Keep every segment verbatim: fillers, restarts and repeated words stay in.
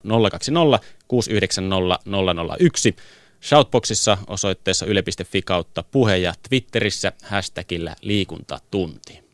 nolla kaksi nolla kuusi yhdeksän nolla nolla nolla yksi. Shoutboxissa osoitteessa yle piste fi kautta puhe ja Twitterissä hashtagillä liikuntatunti.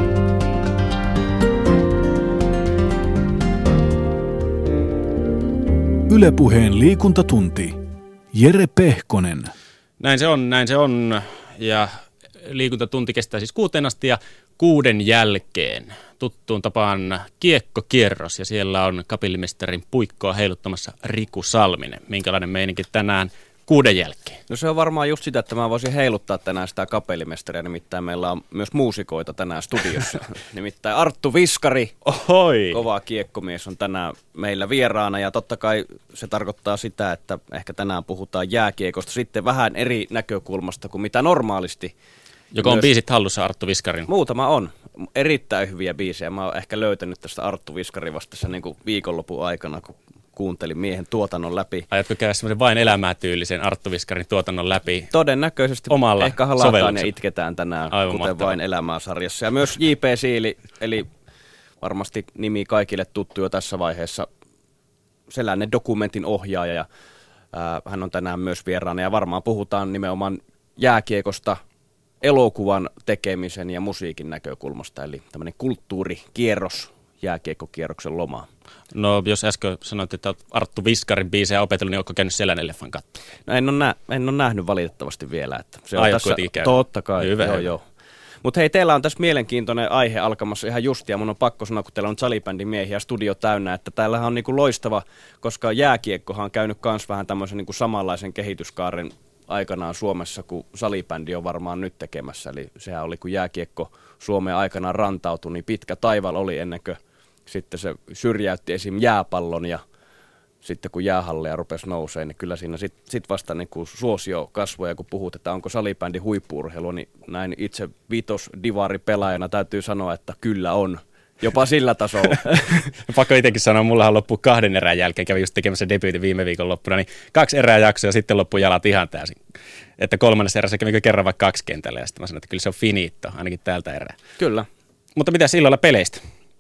Yle Puheen liikuntatunti. Jere Pehkonen. Näin se on, näin se on. Ja liikuntatunti kestää siis kuuteen asti ja kuuden jälkeen tuttuun tapaan kiekkokierros. Ja siellä on kapellimestarin puikkoa heiluttamassa Riku Salminen. Minkälainen meininki tänään kuuden jälkeen? No se on varmaan just sitä, että mä voisin heiluttaa tänään sitä kapellimestaria. Nimittäin meillä on myös muusikoita tänään studiossa. Nimittäin Arttu Viskari, Ohoi. Kova kiekkomies, on tänään meillä vieraana. Ja totta kai se tarkoittaa sitä, että ehkä tänään puhutaan jääkiekosta sitten vähän eri näkökulmasta kuin mitä normaalisti. Joko on biisit hallussa Arttu Viskarin? Muutama on. Erittäin hyviä biisejä. Mä oon ehkä löytänyt tästä Arttu Viskarin vasta tässä niin kuin viikonlopun aikana, kun kuuntelin miehen tuotannon läpi. Aiotko käydä semmoisen vain elämää tyylisen Arttu Viskarin tuotannon läpi? Todennäköisesti omalla ehkä halataan ja itketään tänään, aivan kuten mahtavaa. Vain elämää -sarjassa. Ja myös J P Siili, eli varmasti nimi kaikille tuttu jo tässä vaiheessa, sellainen dokumentin ohjaaja. Ja, ää, hän on tänään myös vieraana ja varmaan puhutaan nimenomaan jääkiekosta, elokuvan tekemisen ja musiikin näkökulmasta, eli tämmöinen kulttuurikierros, jääkiekkokierroksen loma. No jos äsken sanoit, että Arttu Viskarin biisejä opetellut, niin oletko käynyt Selän Leffan katsoa? No en ole, nä- en ole nähnyt valitettavasti vielä. Että se on Aiot tässä, kuitenkin käydä? totta kai, Hyvä, joo hyvä. joo. Mutta hei, teillä on tässä mielenkiintoinen aihe alkamassa ihan justia. Mun on pakko sanoa, kun teillä on salibändin miehiä studio täynnä, että täällähän on niinku loistava, koska jääkiekkohan on käynyt kans vähän tämmöisen niinku samanlaisen kehityskaaren aikanaan Suomessa, kun salibändi on varmaan nyt tekemässä. Eli sehän oli, kun jääkiekko Suomeen aikanaan rantautui, niin pitkä taival oli ennen kuin sitten se syrjäytti esim. Jääpallon ja sitten kun jäähalleja rupesi nousemaan, niin kyllä siinä sitten sit vasta niin kuin suosio kasvoi. Ja kun puhut, että onko salibändi huippu-urheilu, niin näin itse vitos-divari-pelaajana täytyy sanoa, että kyllä on. Jopa sillä tasolla. Pakko itsekin sanoa, mullahan loppuu kahden erän jälkeen, kävin just tekemässä debyytin viime viikon loppuna, niin kaksi erää jaksoa ja sitten loppuu jalat ihan täysin. Että kolmannessa erässä kävinkö kerran vaikka kaksi kentällä ja sitten mä sanoin, että kyllä se on finito, ainakin tältä erää. Kyllä. Mutta mitä illalla peleistä?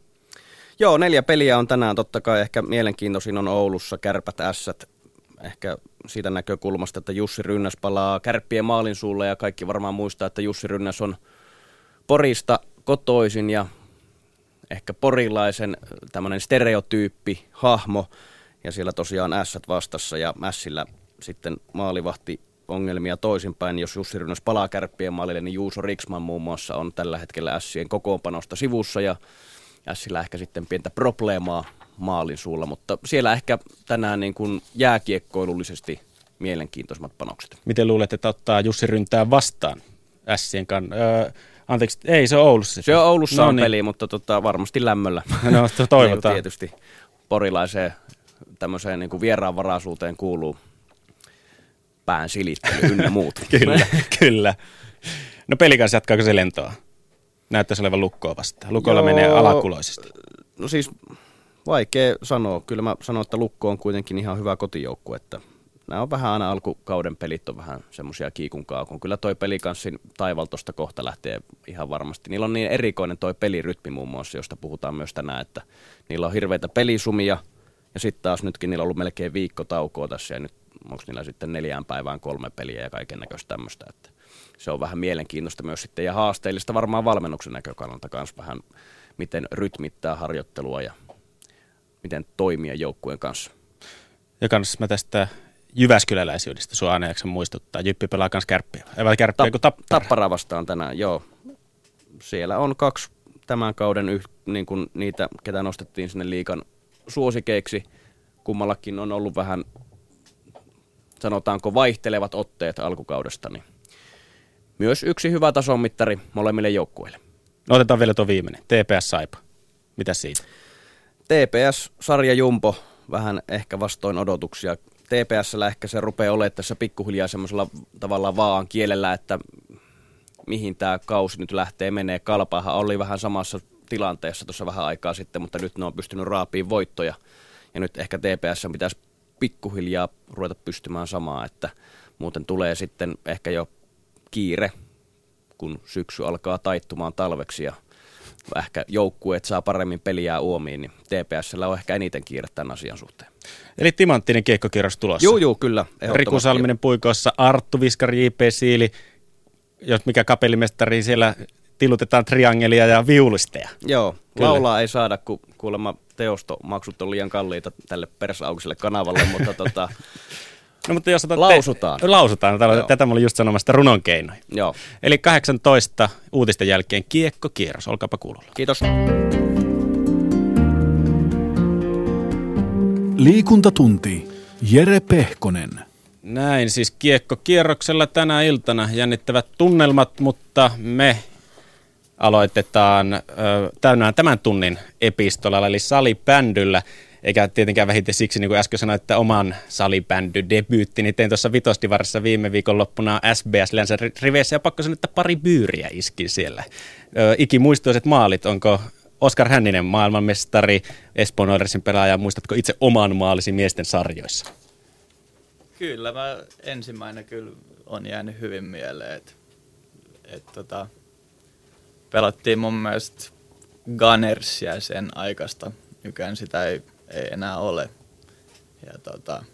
Joo, neljä peliä on tänään. Totta kai ehkä mielenkiintoisin on Oulussa Kärpät Ässät. Ehkä siitä näkökulmasta, että Jussi Rynnäs palaa Kärppien maalin suulle ja kaikki varmaan muistaa, että Jussi Rynnäs on Porista kotoisin ja ehkä porilaisen tämmöinen stereotyyppi, hahmo. Ja siellä tosiaan Ässät vastassa ja Ässillä sitten maalivahti ongelmia toisinpäin. Jos Jussi Rynnäs palaa Kärppien maalille, niin Juuso Riksman muun muassa on tällä hetkellä Ässien kokoonpanosta sivussa ja Ässillä ehkä sitten pientä probleemaa maalin suulla, mutta siellä ehkä tänään niin kuin jääkiekkoilullisesti mielenkiintoisimmat panokset. Miten luulet, että ottaa Jussi Ryntää vastaan Ässien kan? Öö, anteeksi, ei se on Oulussa. Se on Oulussa no, on niin. peli, mutta tota, varmasti lämmöllä. No toivotaan. Niin tietysti porilaiseen tämmöiseen niin kuin vieraanvaraisuuteen kuuluu pään silittely ynnä muut. Kyllä, kyllä. No pelikanssa jatkaako se lentoa? Näyttäisi olevan Lukkoa vastaan. Lukolla Joo, menee alakuloisesti. No siis vaikea sanoa. Kyllä mä sanon, että Lukko on kuitenkin ihan hyvä kotijoukkue. Että nämä on vähän aina alkukauden pelit on vähän semmoisia kiikunkaa, kun kyllä toi pelikanssin taival tosta kohta lähtee ihan varmasti. Niillä on niin erikoinen toi pelirytmi muun muassa, josta puhutaan myös tänään, että niillä on hirveitä pelisumia ja sitten taas nytkin niillä on ollut melkein viikko taukoa tässä ja nyt onko niillä sitten neljään päivään kolme peliä ja kaiken näköistä tämmöistä, että se on vähän mielenkiintoista myös sitten ja haasteellista varmaan valmennuksen näkökannalta kanssa vähän, miten rytmittää harjoittelua ja miten toimia joukkueen kanssa. Ja kans mä tästä jyväskyläläisyydestä sua aina jaksan muistuttaa. Jyppi pelaa kans Kärppiä. Ei vaan Kärppiä kuin Tappara. Tappara vastaan tänään, joo. Siellä on kaksi tämän kauden yh, niin kuin niitä, ketä nostettiin sinne liigan suosikeiksi. Kummallakin on ollut vähän, sanotaanko, vaihtelevat otteet alkukaudesta, niin myös yksi hyvä tasonmittari molemmille joukkueille. No otetaan vielä tuo viimeinen. T P S Saipa. Mitä siitä? T P S-sarja Jumbo, vähän ehkä vastoin odotuksia. T P S:llä ehkä se rupeaa olemaan tässä pikkuhiljaa semmoisella tavallaan vaan kielellä, että mihin tämä kausi nyt lähtee menee. Kalpahan oli vähän samassa tilanteessa tuossa vähän aikaa sitten, mutta nyt ne on pystynyt raapiin voittoja. Ja nyt ehkä T P S pitäisi pikkuhiljaa ruveta pystymään samaan, että muuten tulee sitten ehkä jo kiire, kun syksy alkaa taittumaan talveksi ja ehkä joukkueet saa paremmin peliä uomiin, niin T P S:llä on ehkä eniten kiire tämän asian suhteen. Eli timanttinen kiekkokierros tulossa. Juu, juu, kyllä. Riku Salminen puikossa, Arttu Viskari, J P Siili, jos mikä kapellimestari, siellä tilutetaan triangelia ja viulisteja. Joo, Kyllä. laulaa ei saada, kun kuulemma teostomaksut on liian kalliita tälle persaukiselle kanavalle, mutta tota, no, mutta jos lausutaan. Te, lausutaan. Tätä, tätä mä olin just sanomassa runon keinoin. Joo. Eli kahdeksantoista uutisten jälkeen kiekkokierros. Olkaapa kuulolla. Kiitos. Liikuntatunti. Jere Pehkonen. Näin siis kiekkokierroksella tänä iltana jännittävät tunnelmat, mutta me aloitetaan ö, täynnään tämän tunnin epistolalla, eli salibändyllä. Eikä tietenkään vähiten siksi, niin kuin äsken sanoin, että oman salibändy-debyyttini tein tuossa Vitosdivarissa viime viikonloppuna S B S-länsä riveissä, ja pakko sanoa, että pari byyriä iskin siellä. Ö, ikimuistoiset maalit, onko Oskar Hänninen maailmanmestari, Espoon Oilersin pelaaja, muistatko itse oman maalisi miesten sarjoissa? Kyllä, mä ensimmäinen kyllä on jäänyt hyvin mieleen, että et tota, pelattiin mun mielestä Gunnersia sen aikaista, nykyään sitä ei, ei enää ole. Ja tota,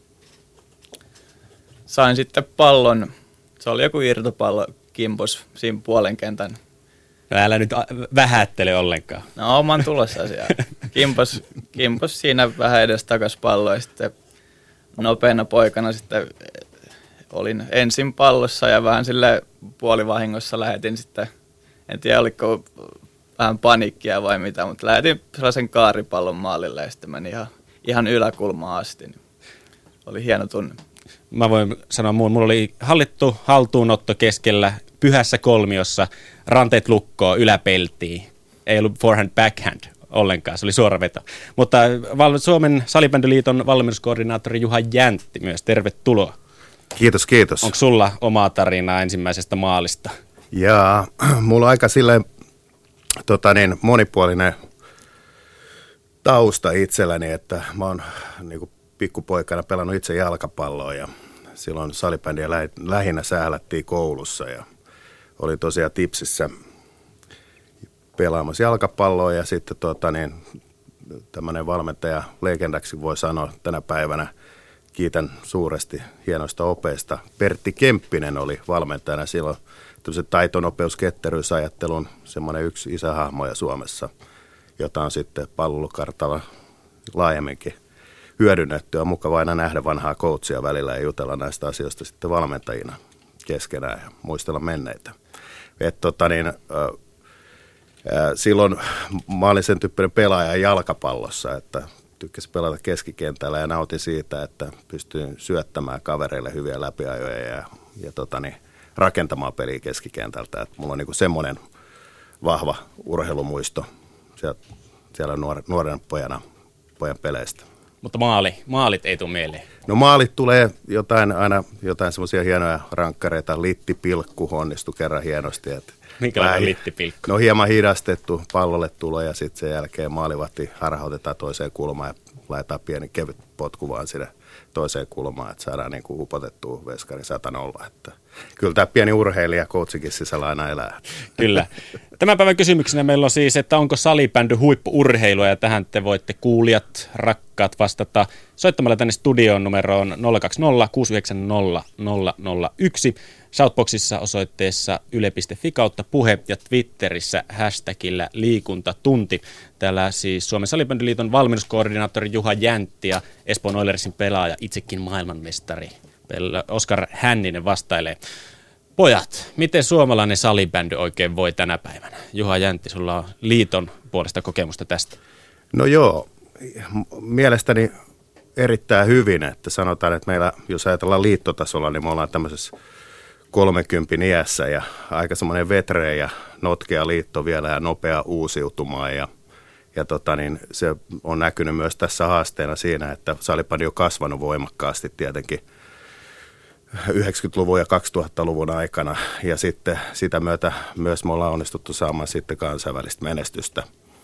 sain sitten pallon, se oli joku irtopallo, kimpos siinä puolen kentän. No älä nyt vähättele ollenkaan. No oman tulossa siellä. Kimpos, kimpos siinä vähän edes takas palloa ja sitten nopeana poikana sitten olin ensin pallossa ja vähän sille puolivahingossa lähetin sitten, en tiedä oliko vähän panikkia vai mitä, mutta lähetin sellaisen kaaripallon maalille ja sitten meni ihan, ihan yläkulmaan asti. Oli hieno tunne. Mä voin sanoa muun, mulla oli hallittu haltuunotto keskellä pyhässä kolmiossa, ranteet lukkoon, yläpeltiin. Ei ollut forehand backhand ollenkaan, se oli suora veto. Mutta Suomen salibändyliiton valmennuskoordinaattori Juha Jäntti myös, tervetuloa. Kiitos, kiitos. Onko sulla omaa tarinaa ensimmäisestä maalista? Jaa, mulla on aika silleen tota niin, monipuolinen tausta itselläni, että mä oon niin kuin pikkupoikana pelannut itse jalkapalloa ja silloin salibändiä lä- lähinnä säälättiin koulussa ja oli tosiaan Tipsissä pelaamassa jalkapalloa ja sitten tota niin, tämmöinen valmentaja legendaksi voi sanoa tänä päivänä, kiitän suuresti hienoista opeista. Pertti Kemppinen oli valmentajana silloin, tämmöisen taitonopeus, ketteryysajattelun semmoinen yksi isähahmoja Suomessa, jota on sitten pallokartalla laajemminkin hyödynnetty. On mukava aina nähdä vanhaa coachia välillä ja jutella näistä asioista sitten valmentajina keskenään ja muistella menneitä. Et, tota niin, äh, äh, silloin mä olin sen tyyppinen pelaaja jalkapallossa, että tykkäsin pelata keskikentällä ja nautin siitä, että pystyin syöttämään kavereille hyviä läpiajoja ja, ja tota niin, rakentamaan peliä keskikentältä. Et mulla on niinku semmoinen vahva urheilumuisto siellä, siellä nuor, nuoren pojana, pojan peleistä. Mutta maali, maalit ei tule mieleen. No maalit tulee jotain, aina jotain semmoisia hienoja rankkareita. Littipilkku onnistui kerran hienosti. Minkälainen littipilkku? No hieman hidastettu pallolle tulo ja sitten sen jälkeen maalivahti harhautetaan toiseen kulmaan ja laitetaan pieni kevyt potku vaan sinne toiseen kulmaan, että saadaan niin kuin upotettua veskarin sata nolla. Että kyllä tämä pieni urheilija coachikin sisällä aina elää. Kyllä. Tämän päivän kysymyksenä meillä on siis, että onko salibändy huippu-urheilua, ja tähän te voitte kuulijat, rakkaat vastata soittamalla tänne studioon numeroon nolla kaksi nolla kuusi yhdeksän nolla nolla nolla yksi, Shoutboxissa osoitteessa yle piste fi kautta puhe ja Twitterissä hashtagillä liikuntatunti. Täällä siis Suomen salibändyliiton valmennuskoordinaattori Juha Jäntti ja Espoon Oilersin pelaaja, itsekin maailmanmestari Oskar Hänninen vastailee. Pojat, miten suomalainen salibändy oikein voi tänä päivänä? Juha Jäntti, sulla on liiton puolesta kokemusta tästä. No joo, mielestäni erittäin hyvin, että sanotaan, että meillä, jos ajatellaan liittotasolla, niin me ollaan tämmöisessä kolmenkympin iässä ja aika semmoinen vetree ja notkea liitto vielä ja nopea uusiutumaan ja, ja tota niin, se on näkynyt myös tässä haasteena siinä, että salibändy on kasvanut voimakkaasti tietenkin yhdeksänkymmentäluvun ja kaksituhattaluvun aikana ja sitten sitä myötä myös me ollaan onnistuttu saamaan sitten kansainvälistä menestystä,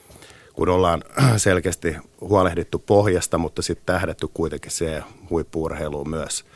kun ollaan selkeästi huolehdittu pohjasta, mutta sitten tähdetty kuitenkin se huippu-urheiluun myös.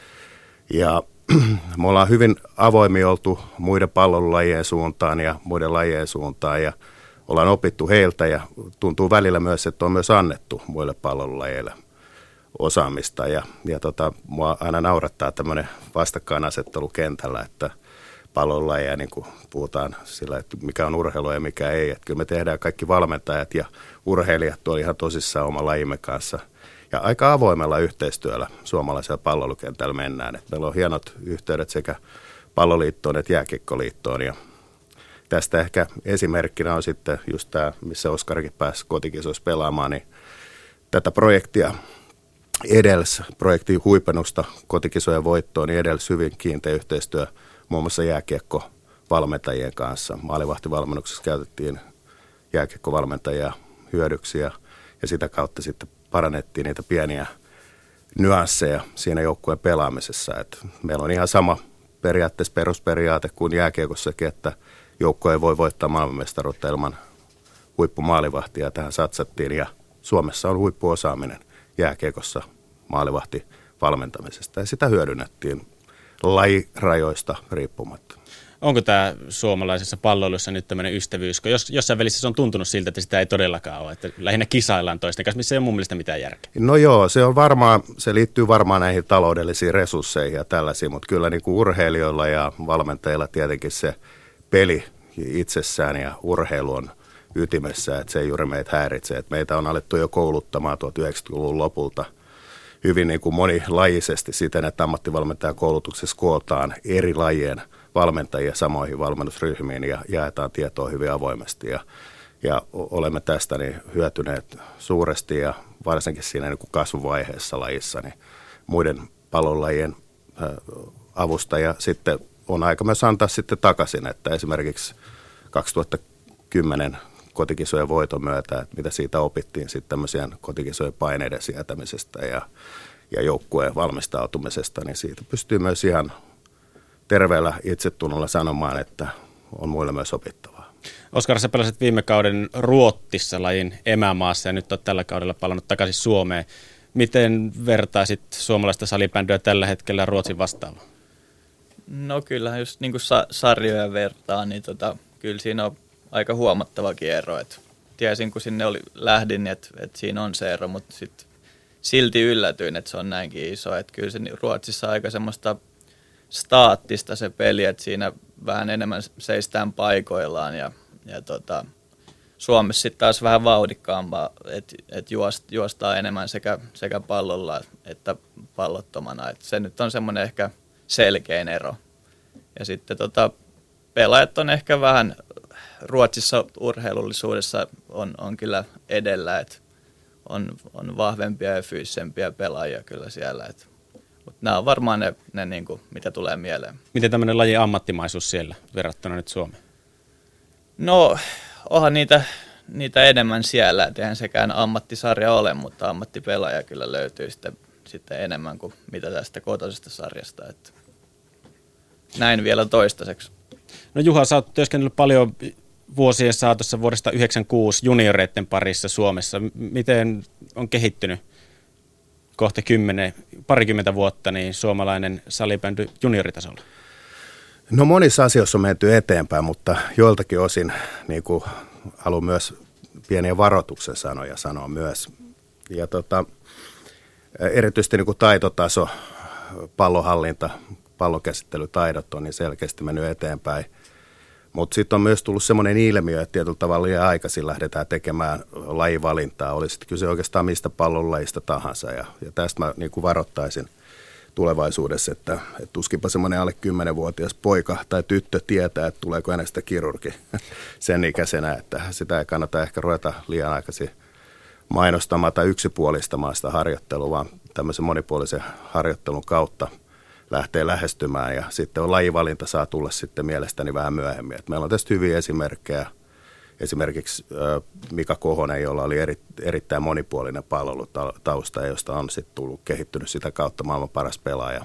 Ja me ollaan hyvin avoimia oltu muiden pallolajien suuntaan ja muiden lajien suuntaan ja ollaan opittu heiltä ja tuntuu välillä myös, että on myös annettu muille pallolajeille. osaamista. Ja, ja tota, mua aina naurattaa tämmöinen vastakkainasettelu kentällä, että pallolla niin kuin puhutaan sillä, että mikä on urheilua ja mikä ei. Että kyllä me tehdään kaikki valmentajat ja urheilijat tuolla ihan tosissaan oma lajimme kanssa. Ja aika avoimella yhteistyöllä suomalaisella palloilukentällä mennään. Että meillä on hienot yhteydet sekä Palloliittoon että Jääkiekkoliittoon. Ja tästä ehkä esimerkkinä on sitten just tämä, missä Oskarikin pääsi kotikisoissa pelaamaan, niin tätä projektia edelsi, projektin huipennusta kotikisojen voittoon, niin edelsi hyvin kiinteä yhteistyö muun muassa jääkiekkovalmentajien kanssa. Maalivahtivalmennuksessa käytettiin jääkiekkovalmentajia hyödyksi ja, ja sitä kautta sitten parannettiin niitä pieniä nyansseja siinä joukkueen pelaamisessa. Et meillä on ihan sama periaatteessa perusperiaate kuin jääkiekossakin, että joukko ei voi voittaa maailmanmestaruutta ilman huippumaalivahtia. Tähän satsattiin ja Suomessa on huippuosaaminen jääkiekossa maalivahti valmentamisesta ja sitä hyödynnettiin lajirajoista riippumatta. Onko tämä suomalaisessa palloilussa nyt tämmöinen ystävyys, kun jos, jossain välissä se on tuntunut siltä, että sitä ei todellakaan ole, että lähinnä kisaillaan toisten kanssa, missä ei ole mun mielestä mitään järkeä? No joo, se on varmaan, se liittyy varmaan näihin taloudellisiin resursseihin ja tällaisiin, mutta kyllä niin kuin urheilijoilla ja valmentajilla tietenkin se peli itsessään ja urheilu on ytimessä, että se ei juuri meitä häiritse. Että meitä on alettu jo kouluttamaan tuhatyhdeksänkymmentäluvun lopulta hyvin niin kuin monilajisesti siten, että ammattivalmentajakoulutuksessa kootaan eri lajien valmentajia samoihin valmennusryhmiin ja jaetaan tietoa hyvin avoimesti. Ja, ja olemme tästä niin hyötyneet suuresti ja varsinkin siinä niin kuin kasvuvaiheessa lajissa niin muiden pallonlajien avusta. Ja sitten on aika myös antaa sitten takaisin, että esimerkiksi kaksituhattakymmenen kotikisojen voiton myötä, että mitä siitä opittiin sitten tämmöisien kotikisojen paineiden sietämisestä ja, ja joukkueen valmistautumisesta, niin siitä pystyy myös ihan terveellä itsetunnolla sanomaan, että on muille myös opittavaa. Oskar, sä pelasit viime kauden Ruotsissa lajin emämaassa ja nyt olet tällä kaudella palannut takaisin Suomeen. Miten vertaisit suomalaista salibändyä tällä hetkellä Ruotsin vastaavaan? No kyllähän just niin kuin sa- sarjoja vertaa, niin tota, kyllä siinä on aika huomattavakin ero. Et tiesin, kun sinne oli, lähdin, että et siinä on se ero, mutta sit silti yllätyin, että se on näinkin iso. Et kyllä se Ruotsissa on aika semmoista staattista se peli, että siinä vähän enemmän seistään paikoillaan ja, ja tota, Suomessa sitten taas vähän vauhdikkaampaa, että et juost, juostaan enemmän sekä, sekä pallolla että pallottomana. Et se nyt on semmoinen ehkä selkein ero. Ja sitten tota, pelaajat on ehkä vähän Ruotsissa urheilullisuudessa on, on kyllä edellä, että on, on vahvempia ja fyysisempiä pelaajia kyllä siellä. Et, mutta nämä on varmaan ne, ne niin kuin, mitä tulee mieleen. Miten tämmöinen lajin ammattimaisuus siellä verrattuna nyt Suomeen? No, onhan niitä, niitä enemmän siellä. Et eihän sekään ammattisarja ole, mutta ammattipelaaja kyllä löytyy sitten, sitten enemmän kuin mitä tästä kotoisesta sarjasta. Et näin vielä toistaiseksi. No Juha, sä oot työskennellyt paljon vuosien saatossa vuodesta yhdeksänkymmentäkuusi junioreiden parissa Suomessa. Miten on kehittynyt kohta kymmenen, parikymmentä vuotta niin suomalainen salibändy junioritasolla? No monissa asioissa on menty eteenpäin, mutta joiltakin osin niin kuin haluan myös pieniä varoituksen sanoja sanoa myös. Ja tota, erityisesti niin kuin taitotaso, pallonhallinta, pallonkäsittelytaidot on niin selkeästi mennyt eteenpäin. Mutta sitten on myös tullut semmoinen ilmiö, että tietyllä tavalla liian aikaisin lähdetään tekemään lajivalintaa. Oli sitten kyse oikeastaan mistä pallonlajista tahansa. Ja, ja tästä mä niin kuin varoittaisin tulevaisuudessa, että, että tuskinpa semmoinen alle kymmenvuotias poika tai tyttö tietää, että tuleeko hänestä kirurgi sen ikäisenä. Että sitä ei kannata ehkä ruveta liian aikaisin mainostamaan tai yksipuolistamaan sitä harjoittelua, vaan tämmöisen monipuolisen harjoittelun kautta lähtee lähestymään ja sitten on lajivalinta saa tulla sitten mielestäni vähän myöhemmin. Et meillä on tästä hyviä esimerkkejä. Esimerkiksi Mika Kohonen, jolla oli eri, erittäin monipuolinen palvelutausta, josta on sitten tullut kehittynyt sitä kautta maailman paras pelaaja.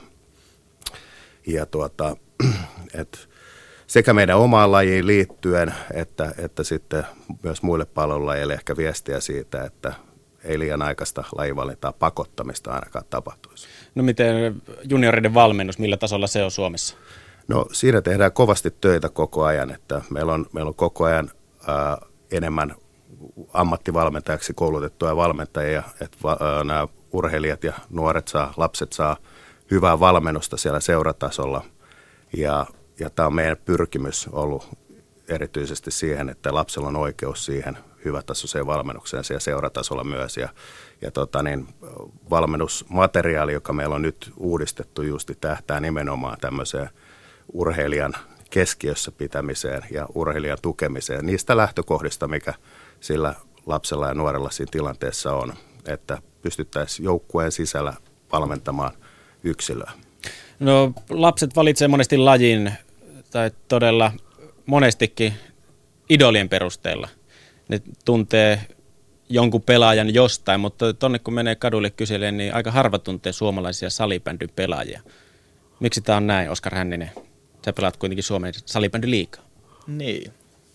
Ja tuota, et sekä meidän omaan lajiin liittyen, että, että sitten myös muille palvelulajeille ehkä viestiä siitä, että ei liian aikaista lajivalintaa pakottamista ainakaan tapahtuisi. No miten junioreiden valmennus, millä tasolla se on Suomessa? No siinä tehdään kovasti töitä koko ajan, että meillä on, meillä on koko ajan ää, enemmän ammattivalmentajaksi koulutettuja valmentajia, että va, ää, nämä urheilijat ja nuoret saa, lapset saa hyvää valmennusta siellä seuratasolla. Ja, ja tämä on meidän pyrkimys ollut erityisesti siihen, että lapsella on oikeus siihen hyvätasoiseen valmennukseen siellä seuratasolla myös. Ja, ja tota niin, valmennusmateriaali, joka meillä on nyt uudistettu, juuri tähtää nimenomaan tämmöiseen urheilijan keskiössä pitämiseen ja urheilijan tukemiseen. Niistä lähtökohdista, mikä sillä lapsella ja nuorella siinä tilanteessa on, että pystyttäisiin joukkueen sisällä valmentamaan yksilöä. No lapset valitsevat monesti lajin tai todella monestikin idolien perusteella. Ne tuntee jonkun pelaajan jostain, mutta tonne kun menee kadulle kyselemään, niin aika harva tuntee suomalaisia salibändyn pelaajia. Miksi tämä on näin, Oskar Hänninen? Sä pelaat kuitenkin Suomen salibändyliigaa. Niin.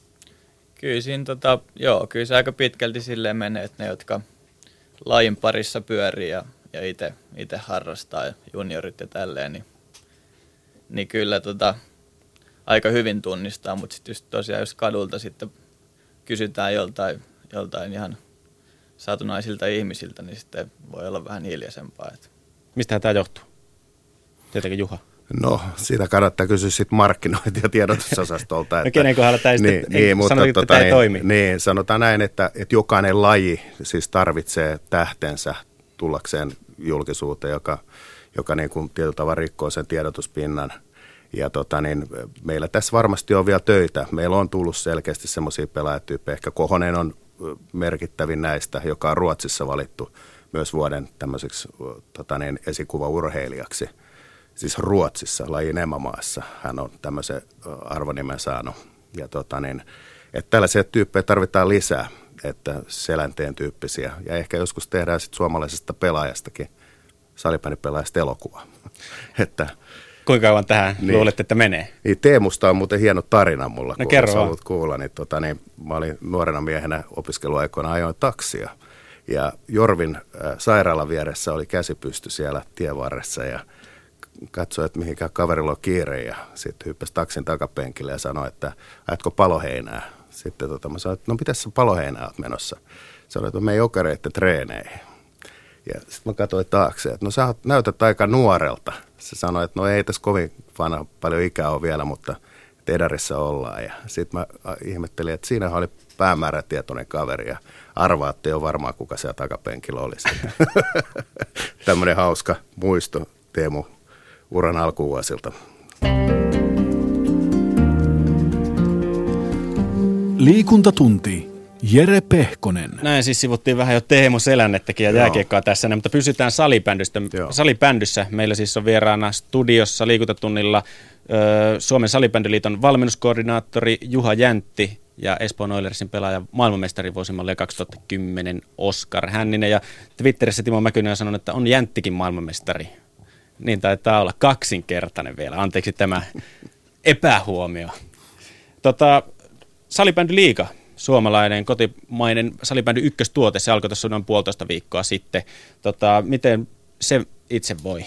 Kyllä siinä tota, joo, kyllä se aika pitkälti silleen menee, että ne, jotka lajin parissa pyörii ja, ja itse, itse harrastaa ja juniorit ja tälleen, niin, niin kyllä tota, aika hyvin tunnistaa, mutta sitten just tosiaan jos kadulta sitten kysytään joltain, joltain ihan satunnaisilta ihmisiltä, niin sitten voi olla vähän hiljaisempaa. Mistähän tämä johtuu? Tietenkin Juha. No, siitä kannattaa kysyä sitten markkinointi- ja tiedotusosastolta. No kenen kohdalla tämä niin, sitten, niin, mutta, sanoit, että tota, tämä ei niin, toimi. Niin, sanotaan näin, että, että jokainen laji siis tarvitsee tähtensä tullakseen julkisuuteen, joka, joka niin kuin tietyllä tavalla rikkoo sen tiedotuspinnan. Ja tota, niin, meillä tässä varmasti on vielä töitä. Meillä on tullut selkeästi semmoisia pelaajatyyppejä. Ehkä Kohonen on merkittävin näistä, joka on Ruotsissa valittu myös vuoden tämmöiseksi tota niin, esikuvaurheilijaksi. Siis Ruotsissa, lajin emämaassa, hän on tämmöisen arvonimen saanut. Ja tota niin, että tällaisia tyyppejä tarvitaan lisää, että Selänteen tyyppisiä. Ja ehkä joskus tehdään sitten suomalaisesta pelaajastakin, salibändipelaajasta elokuvaa. Että kuinka kauan tähän niin, luulet, että menee? Niin Teemusta on muuten hieno tarina mulla, no, kun haluat kuulla. Niin, tota, niin, mä olin nuorena miehenä opiskeluaikoina, ajoin taksia. Ja Jorvin äh, sairaalan vieressä oli käsipysty siellä tievarressa ja katsoi, että mihinkään kaverilla on kiire ja sitten hyppäsi taksin takapenkille ja sanoi, että ajatko paloheinää? Sitten tota, mä sanoin, että no mitäs sä paloheinää oot menossa? Sanoin, että me ei jokereitte treeneihin. Ja sitten mä katsoin taakse, että no sä näytät aika nuorelta. Se sanoi, että no ei tässä kovin fana paljon ikää ole vielä, mutta Tedarissa ollaan. Ja sitten mä ihmettelin, että siinähän oli päämäärätietoinen kaveri ja arvaatte jo varmaan, kuka siellä takapenkillä olisi. Tämmöinen hauska muisto Teemu uran alkuvuosilta. Liikuntatunti. Jere Pehkonen. Näin siis sivuttiin vähän jo Teemu Selännettäkin ja jääkiekkoa tässä, mutta pysytään salibändystä. salibändyssä. Meillä siis on vieraana studiossa liikuntatunnilla ö, Suomen salibändyliiton valmennuskoordinaattori Juha Jäntti ja Espoon Oilersin pelaaja maailmanmestari vuosimallia kaksituhattakymmenen Oskar Hänninen. Ja Twitterissä Timo Mäkynen on sanonut, että on Jänttikin maailmanmestari. Niin taitaa olla kaksinkertainen vielä. Anteeksi tämä epähuomio. Tota, salibändyliiga. Suomalainen kotimainen salibändy ykköstuote, se alkoi tuossa noin puolitoista viikkoa sitten. Tota, miten se itse voi?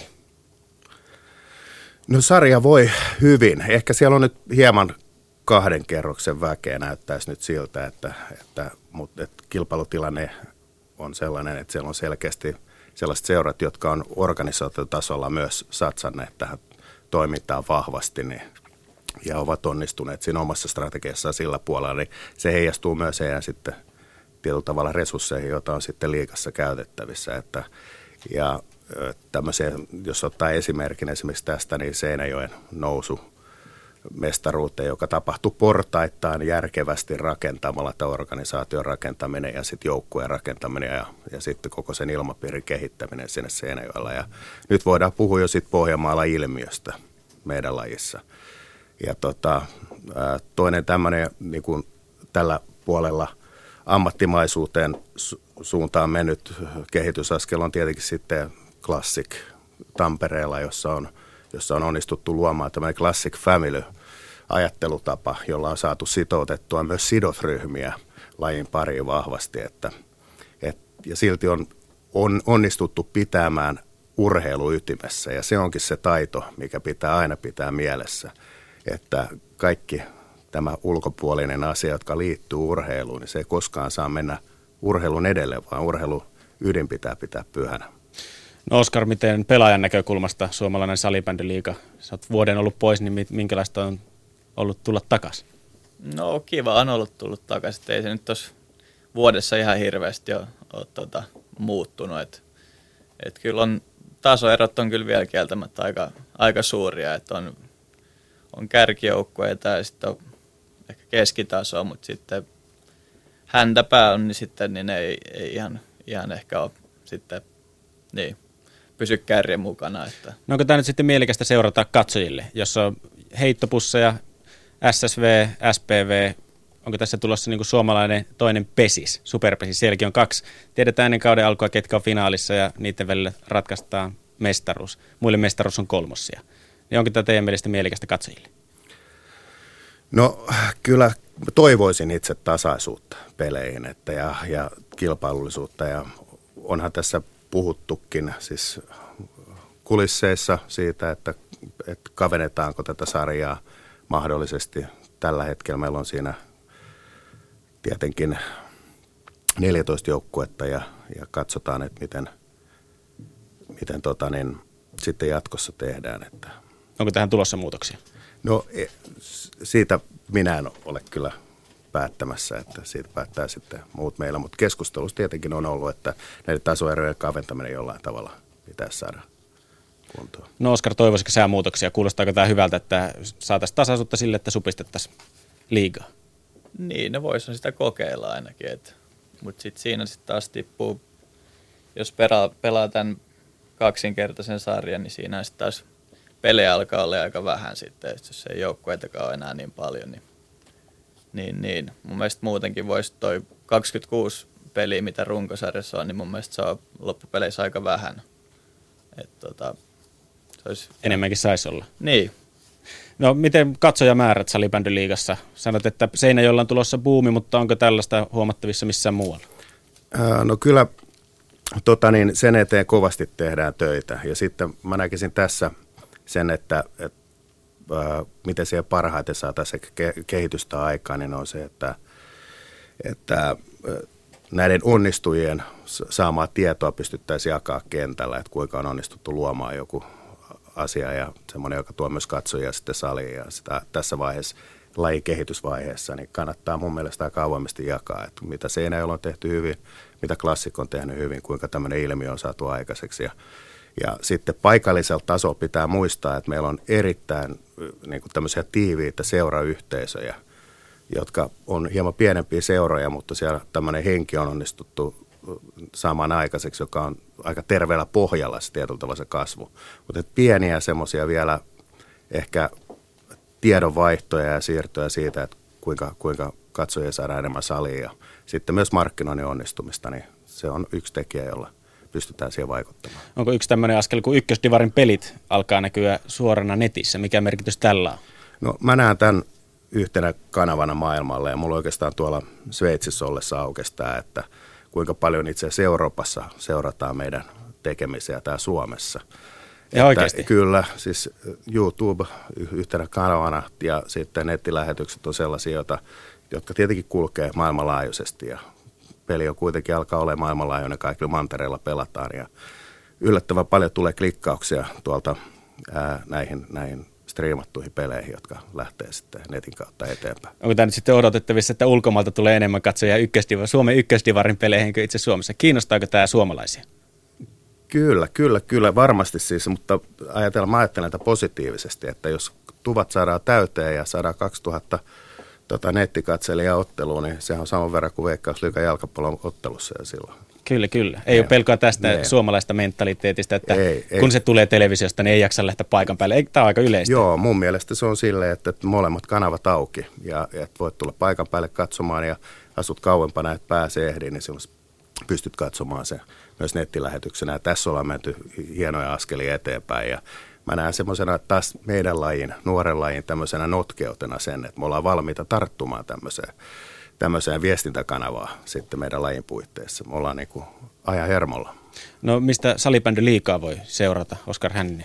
No sarja voi hyvin. Ehkä siellä on nyt hieman kahden kerroksen väkeä näyttäisi nyt siltä, että, että, mutta, että kilpailutilanne on sellainen, että siellä on selkeästi sellaiset seurat, jotka on organisaatiotasolla myös satsanneet tähän toimintaan vahvasti, niin ja ovat onnistuneet siinä omassa strategiassaan sillä puolella, niin se heijastuu myös heidän sitten tietyllä tavalla resursseihin, joita on sitten liigassa käytettävissä. Että, ja tämmöisiä, jos ottaa esimerkin esimerkiksi tästä, niin Seinäjoen nousu mestaruuteen, joka tapahtui portaittain järkevästi rakentamalla, tämä organisaation rakentaminen ja sitten joukkueen rakentaminen ja, ja sitten koko sen ilmapiirin kehittäminen sinne Seinäjoella. Ja nyt voidaan puhua jo sitten Pohjanmaalla ilmiöstä meidän lajissa. Ja tota, toinen tämmöinen niin kuin tällä puolella ammattimaisuuteen su- suuntaan mennyt kehitysaskel on tietenkin sitten Classic Tampereella, jossa on, jossa on onnistuttu luomaan tämmöinen Classic Family-ajattelutapa, jolla on saatu sitoutettua myös sidosryhmiä lajin pariin vahvasti. Että, et, ja silti on, on onnistuttu pitämään urheilu ytimessä ja se onkin se taito, mikä pitää aina pitää mielessä. Että kaikki tämä ulkopuolinen asia, jotka liittyy urheiluun, niin se ei koskaan saa mennä urheilun edelle, vaan urheilu ydin pitää pitää pyhänä. No Oskar, miten pelaajan näkökulmasta suomalainen salibändyliiga? Sä oot vuoden ollut pois, niin minkälaista on ollut tulla takaisin? No kiva on ollut tullut takaisin. Ei se nyt tuossa vuodessa ihan hirveästi ole, ole tuota, muuttunut. Et, et kyllä on, tasoerot on kyllä vielä kieltämättä aika, aika suuria. Et on, on kärkijoukkueita ja sitten on ehkä keskitasoa, mutta sitten häntäpää on, niin sitten niin ei, ei ihan, ihan ehkä ole sitten niin, pysy kärjen mukana. Että. No onko tämä nyt sitten mielekästä seurata katsojille, jos on heittopusseja, S S V, S P V, onko tässä tulossa niin kuin suomalainen toinen pesis, superpesis, sielläkin on kaksi. Tiedetään ennen kauden alkua, ketkä on finaalissa ja niiden välillä ratkaistaan mestaruus. Muille mestaruus on kolmossia. Niin onko tämä teidän mielestä mielekästä katsojille? No kyllä toivoisin itse tasaisuutta peleihin että ja, ja kilpailullisuutta ja onhan tässä puhuttukin siis kulisseissa siitä, että, että kavennetaanko tätä sarjaa mahdollisesti. Tällä hetkellä meillä on siinä tietenkin neljätoista joukkuetta ja, ja katsotaan, että miten, miten tota niin, sitten jatkossa tehdään. Että. Onko tähän tulossa muutoksia? No siitä minä en ole kyllä päättämässä, että siitä päättää sitten muut meillä, mutta keskustelussa tietenkin on ollut, että näiden tasoerojen kaventaminen jollain tavalla pitäisi saada kuntoon. No Oskar, toivoisitko sä muutoksia? Kuulostaako tämä hyvältä, että saataisiin tasaisuutta sille, että supistettaisiin liigaa? Niin, ne voisi sitä kokeilla ainakin, mutta sitten siinä sitten taas tippuu, jos pelaa, pelaa tämän kaksinkertaisen sarjan, niin siinä sitten taas pelejä alkaa olla aika vähän sitten, jos ei joukkueitakaan ole enää niin paljon, niin, niin, niin. mun mielestä muutenkin voisi toi kaksikymmentäkuusi peliä, mitä runkosarjassa on, niin mun mielestä se on loppupeleissä aika vähän. Et, tota, se olisi. Enemmänkin saisi olla. Niin. No miten katsojamäärät salibändyliigassa? Sanot, että Seinäjoella on tulossa buumi, mutta onko tällaista huomattavissa missään muualla? Ää, no kyllä tota niin, sen eteen kovasti tehdään töitä ja sitten mä näkisin tässä sen, että, että ää, miten siellä parhaiten saataisiin ke- kehitystä aikaan, niin on se, että, että näiden onnistujien saamaa tietoa pystyttäisiin jakaa kentällä, että kuinka on onnistuttu luomaan joku asia ja semmoinen, joka tuo myös katsojia sitten saliin ja sitä, tässä vaiheessa, lajikehitysvaiheessa, niin kannattaa mun mielestä aika avoimesti jakaa, että mitä Seinäjoella on tehty hyvin, mitä Klassikko on tehnyt hyvin, kuinka tämmöinen ilmiö on saatu aikaiseksi ja Ja sitten paikallisella tasolla pitää muistaa, että meillä on erittäin niin kuin tämmöisiä tiiviitä seurayhteisöjä, jotka on hieman pienempiä seuroja, mutta siellä tämmöinen henki on onnistuttu saamaan aikaiseksi, joka on aika terveellä pohjalla se tietyllä tavalla se kasvu. Mutta pieniä semmoisia vielä ehkä tiedonvaihtoja ja siirtoja siitä, että kuinka, kuinka katsojia saadaan enemmän saliin ja sitten myös markkinoinnin onnistumista, niin se on yksi tekijä, jolla pystytään siihen vaikuttamaan. Onko yksi tämmöinen askel, kun ykkösdivarin pelit alkaa näkyä suorana netissä? Mikä merkitys tällä on? No mä näen tämän yhtenä kanavana maailmalle ja mulla oikeastaan tuolla Sveitsissä ollessa aukestaa, että kuinka paljon itse asiassa Euroopassa seurataan meidän tekemisiä täällä Suomessa. Ja oikeasti? Kyllä, siis YouTube yhtenä kanavana ja sitten nettilähetykset on sellaisia, joita, jotka tietenkin kulkee maailmanlaajuisesti ja peli on kuitenkin alkaa olemaan maailmanlaajuinen, kaikilla mantereilla pelataan ja yllättävän paljon tulee klikkauksia tuolta ää, näihin, näihin striimattuihin peleihin, jotka lähtee sitten netin kautta eteenpäin. Onko tämä nyt sitten odotettavissa, että ulkomailta tulee enemmän katsojia ykkösdiva, Suomen ykkösdivarin peleihin kuin itse Suomessa? Kiinnostaako tämä suomalaisia? Kyllä, kyllä, kyllä, varmasti siis, mutta ajatellaan, mä ajattelen tätä positiivisesti, että jos tuvat saadaan täyteen ja saadaan kaksituhatta tota, nettikatselijaa otteluun, niin sehän on saman verran kuin Veikkausliigan jalkapallon ottelussa ja silloin. Kyllä, kyllä. Ei ne. ole pelkoa tästä ne. suomalaista mentaliteetista, että ei, kun ei. se tulee televisiosta, niin ei jaksa lähteä paikan päälle. Tämä on aika yleistä. Joo, mun mielestä se on silleen, että molemmat kanavat auki ja että voit tulla paikan päälle katsomaan ja asut kauempana, että pääsee ehdiin, niin silloin pystyt katsomaan se myös nettilähetyksenä. Ja tässä ollaan menty hienoja askelia eteenpäin ja mä näen semmoisena taas meidän lajin, nuoren lajin tämmöisenä notkeutena sen, että me ollaan valmiita tarttumaan tämmöiseen, tämmöiseen viestintäkanavaan sitten meidän lajin puitteissa. Me ollaan niin kuin ajan hermolla. No mistä salibändyliigaa voi seurata, Oskar Hänninen?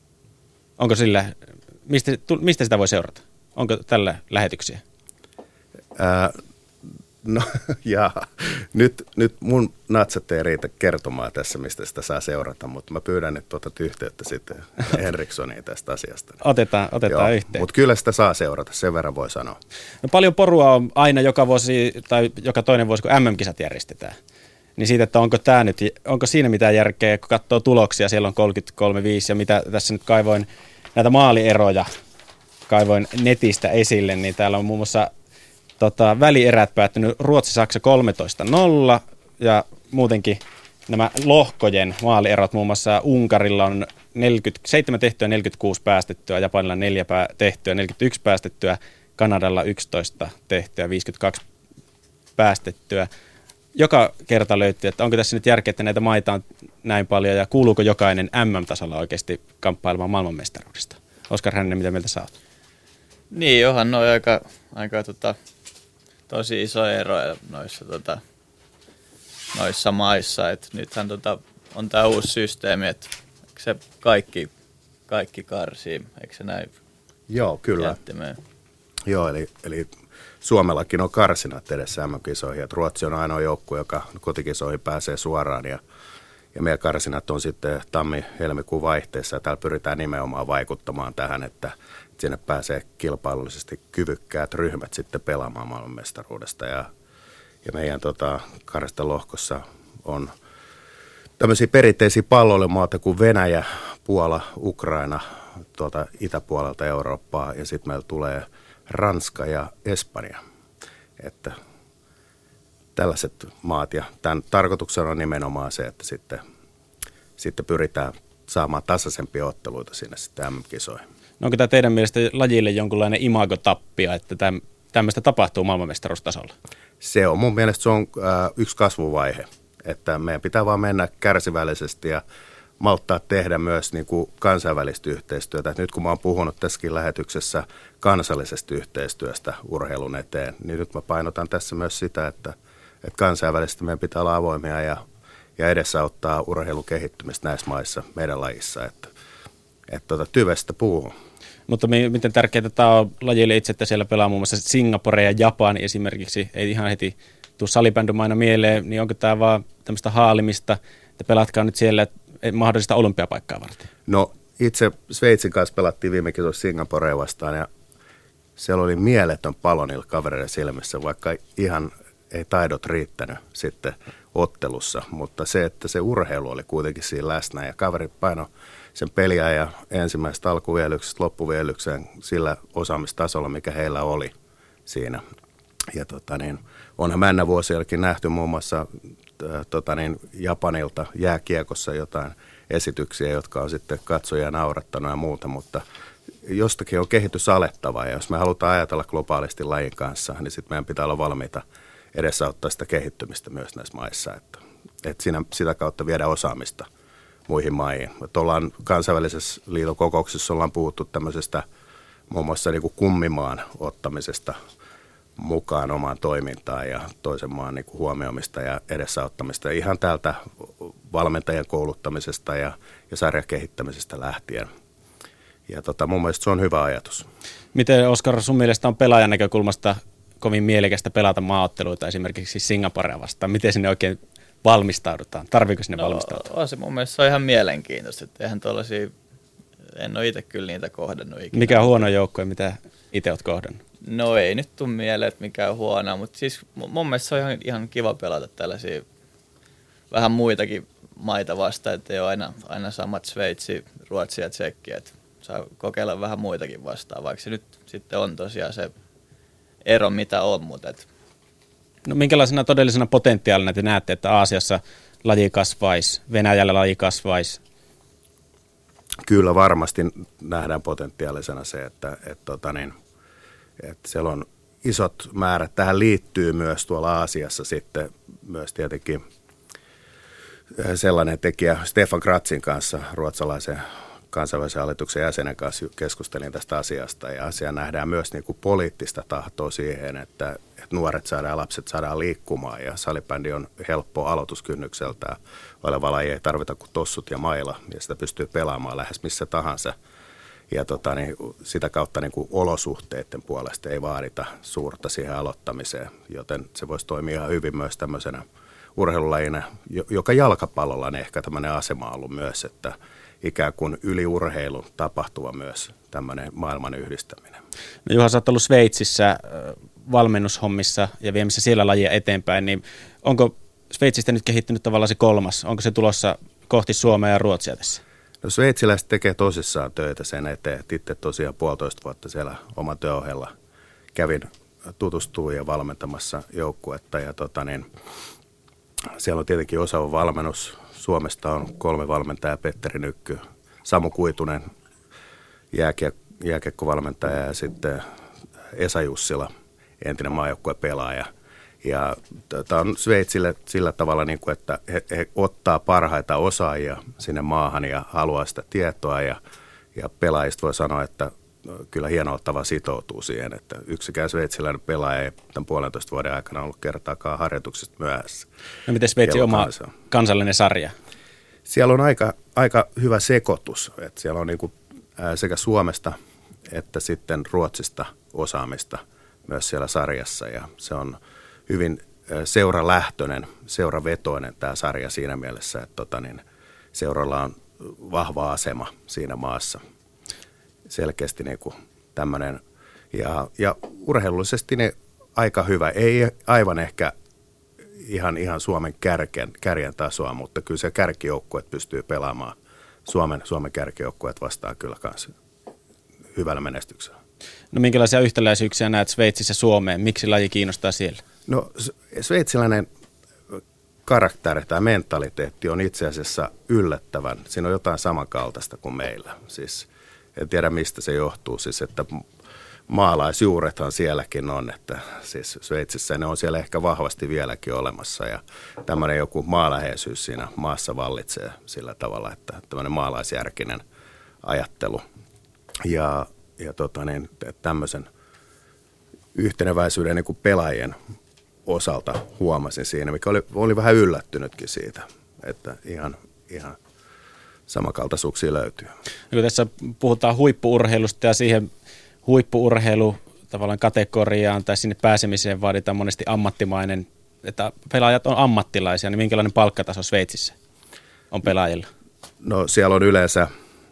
Onko sillä, mistä, mistä sitä voi seurata? Onko tällä lähetyksiä? Ää, No jaa, nyt, nyt mun natsat ei riitä kertomaan tässä, mistä sitä saa seurata, mutta mä pyydän, että otat yhteyttä sitten Henrikssoniin tästä asiasta. Otetaan, otetaan Joo, yhteen. mutta kyllä sitä saa seurata, sen verran voi sanoa. No paljon porua on aina joka vuosi tai joka toinen vuosi, kun M M-kisat järjestetään. Niin siitä, että onko, tää nyt, onko siinä mitään järkeä, kun katsoo tuloksia, siellä on kolmekymmentäkolme viisi ja mitä tässä nyt kaivoin näitä maalieroja, kaivoin netistä esille, niin täällä on muun muassa tota, välierät päättynyt Ruotsi-Saksa kolmetoista nolla ja muutenkin nämä lohkojen maalierot, muun muassa Unkarilla on neljäkymmentäseitsemän tehtyä, neljäkymmentäkuusi päästettyä, Japanilla neljä pää, tehtyä, neljäkymmentäyksi päästettyä, Kanadalla yksitoista tehtyä, viisikymmentäkaksi päästettyä. Joka kerta löytyy, että onko tässä nyt järkeä, että näitä maita on näin paljon ja kuuluuko jokainen M M-tasolla oikeasti kamppailemaan maailmanmestaruudesta? Oskar Hänninen, mitä mieltä sä oot? Niin, johan ne on aika, aika tota, tosi isoja eroja noissa, tota, noissa maissa. Et nythän tota, on tämä uusi systeemi, että se kaikki, kaikki karsii, eikö se näin? Joo, kyllä. Jättimeen? Joo, eli, eli Suomellakin on karsinat edessä M M-kisoihin, että Ruotsi on ainoa joukkue, joka kotikisoihin pääsee suoraan ja, ja meidän karsinat on sitten tammi-helmikuun vaihteessa ja täällä pyritään nimenomaan vaikuttamaan tähän, että sinne pääsee kilpailullisesti kyvykkäät ryhmät sitten pelaamaan maailmanmestaruudesta ja, ja meidän tota, karsintalohkossa on tämmöisiä perinteisiä palloilumaata kuin Venäjä, Puola, Ukraina tuolta itäpuolelta Eurooppaa ja sitten meillä tulee Ranska ja Espanja, että tällaiset maat ja tämän tarkoituksena on nimenomaan se, että sitten, sitten pyritään saamaan tasaisempia otteluita sinne sitten M M-kisoihin. No onko tämä teidän mielestä lajille jonkunlainen imagotappia, että täm, tämmöistä tapahtuu maailmanmestaruustasolla? Se on mun mielestä se on äh, yksi kasvuvaihe, että meidän pitää vaan mennä kärsivällisesti ja malttaa tehdä myös niin kuin kansainvälistä yhteistyötä. Et nyt kun mä oon puhunut tässäkin lähetyksessä kansallisesta yhteistyöstä urheilun eteen, niin nyt mä painotan tässä myös sitä, että, että kansainvälisesti meidän pitää olla avoimia ja, ja edesauttaa urheilun kehittymistä näissä maissa meidän lajissa, että, että tuota, tyvestä puuhun. Mutta miten tärkeää tämä on lajille itse, että siellä pelaa muun muassa Singapore ja Japani esimerkiksi, ei ihan heti tuu salibändymaina mieleen, niin onko tämä vaan tämmöistä haalimista, että pelatkaa nyt siellä mahdollista olympiapaikkaa varten? No itse Sveitsin kanssa pelattiin viime kisossa Singaporeen vastaan ja siellä oli mieletön palo niillä kavereiden silmissä, vaikka ihan ei taidot riittänyt sitten ottelussa, mutta se, että se urheilu oli kuitenkin siinä läsnä ja kaverit paino sen peliä ja ensimmäisestä alkuvielyksestä loppuvielykseen sillä osaamistasolla, mikä heillä oli siinä. Ja tota niin, onhan männä vuosiallakin nähty muun muassa tota niin, Japanilta jääkiekossa jotain esityksiä, jotka on sitten katsojia naurattanut ja muuta, mutta jostakin on kehitys alettava ja jos me halutaan ajatella globaalisti lajin kanssa, niin sitten meidän pitää olla valmiita edesauttaa sitä kehittymistä myös näissä maissa, että, että siinä, sitä kautta viedä osaamista muihin maihin. Että ollaan kansainvälisessä liitokokouksessa ollaan puhuttu tämmöisestä muun muassa niin kuin kummimaan ottamisesta mukaan omaan toimintaan ja toisen maan niin kuin huomioimista ja edesauttamista. Ja ihan täältä valmentajan kouluttamisesta ja, ja sarjan kehittämisestä lähtien. Ja tota, mun mielestä se on hyvä ajatus. Miten, Oskar, sun mielestä on pelaajan näkökulmasta kovin mielekästä pelata maaotteluita esimerkiksi Singaporea vastaan? Miten sinne oikein valmistaudutaan? Tarviiko sinne no, valmistautua? On se mun mielestä se on ihan mielenkiintoista. Että eihän tuollaisia, en ole itse kyllä niitä kohdannut ikinä. Mikä on huono joukkue, mitä itse olet kohdannut? No ei nyt tule mieleen, että mikä on huonoa, mutta siis mun mielestä se on ihan, ihan kiva pelata tällaisia vähän muitakin maita vastaan, että ei ole aina, aina samat Sveitsi, Ruotsi ja Tsekki, että saa kokeilla vähän muitakin vastaan, vaikka se nyt sitten on tosiaan se ero, mitä on. Mutta et. No minkälaisena todellisena potentiaalina te näette, että Aasiassa laji kasvaisi, Venäjällä laji kasvaisi? Kyllä varmasti nähdään potentiaalisena se, että, että, tota niin, että siellä on isot määrät. Tähän liittyy myös tuolla Aasiassa sitten myös tietenkin sellainen tekijä Stefan Kratzin kanssa, ruotsalaisen kansainvälisen hallituksen jäsenen kanssa keskustelin tästä asiasta ja asia nähdään myös niin kuin poliittista tahtoa siihen, että, että nuoret saadaan ja lapset saadaan liikkumaan ja salibändi on helppo aloituskynnykseltä oleva laji, ei tarvita kuin tossut ja maila ja sitä pystyy pelaamaan lähes missä tahansa. ja tota, niin sitä kautta niin kuin olosuhteiden puolesta ei vaadita suurta siihen aloittamiseen, joten se voisi toimia ihan hyvin myös tämmöisenä urheilulajina, joka jalkapallolla on ehkä tämmöinen asema ollut myös, että ikään kuin yli urheilun tapahtuva myös tämmöinen maailman yhdistäminen. No Juha, sä oot ollut Sveitsissä valmennushommissa ja viemässä siellä lajia eteenpäin, niin onko Sveitsistä nyt kehittynyt tavallaan se kolmas? Onko se tulossa kohti Suomea ja Ruotsia tässä? No sveitsiläiset tekee tosissaan töitä sen eteen, että itse tosiaan puolitoista vuotta siellä oman työohella kävin tutustumaan ja valmentamassa joukkuetta ja tota niin, siellä on tietenkin osaava valmennus. Suomesta on kolme valmentajaa, Petteri Nykky, Samu Kuitunen, jääkiek- jääkiekkovalmentaja ja sitten Esa Jussila, entinen maajoukkuepelaaja. Ja tämä on Sveitsille sillä tavalla, niin kuin, että he, he ottaa parhaita osaajia sinne maahan ja haluaa sitä tietoa. Ja, ja pelaajista voi sanoa, että kyllä hienoa tavalla sitoutuu siihen, että yksikään sveitsiläinen pelaaja ei tämän puolentoista vuoden aikana ollut kertaakaan harjoituksesta myöhässä. No miten Sveitsin oma kansallinen sarja? Siellä on aika, aika hyvä sekoitus. Että siellä on niin kuin sekä Suomesta että sitten Ruotsista osaamista myös siellä sarjassa. Ja se on hyvin seuralähtöinen, seuravetoinen tämä sarja siinä mielessä, että tota niin, seuralla on vahva asema siinä maassa. Selkeästi niin kuin tämmöinen. Ja, ja urheilullisesti ne aika hyvä. Ei aivan ehkä ihan, ihan Suomen kärken, kärjen tasoa, mutta kyllä se kärkijoukkueet pystyy pelaamaan Suomen, Suomen kärkijoukkueet vastaan kyllä kanssa hyvällä menestyksellä. No minkälaisia yhtäläisyyksiä näet Sveitsissä Suomeen? Miksi laji kiinnostaa siellä? No sveitsiläinen karakteri tai mentaliteetti on itse asiassa yllättävän. Siinä on jotain samankaltaista kuin meillä. Siis en tiedä mistä se johtuu, siis että maalaisjuurethan sielläkin on, että siis Sveitsissä ne on siellä ehkä vahvasti vieläkin olemassa ja tämmöinen joku maaläheisyys siinä maassa vallitsee sillä tavalla, että tämmöinen maalaisjärkinen ajattelu ja, ja tota niin, tämmöisen yhteneväisyyden niin kuin pelaajien osalta huomasin siinä, mikä oli, oli vähän yllättynytkin siitä, että ihan, ihan samankaltaisuuksia löytyy. No, tässä puhutaan huippu-urheilusta ja siihen huippu-urheilu tavallaan kategoriaan tai sinne pääsemiseen vaaditaan monesti ammattimainen, että pelaajat on ammattilaisia, niin minkälainen palkkataso Sveitsissä on pelaajilla? No siellä on yleensä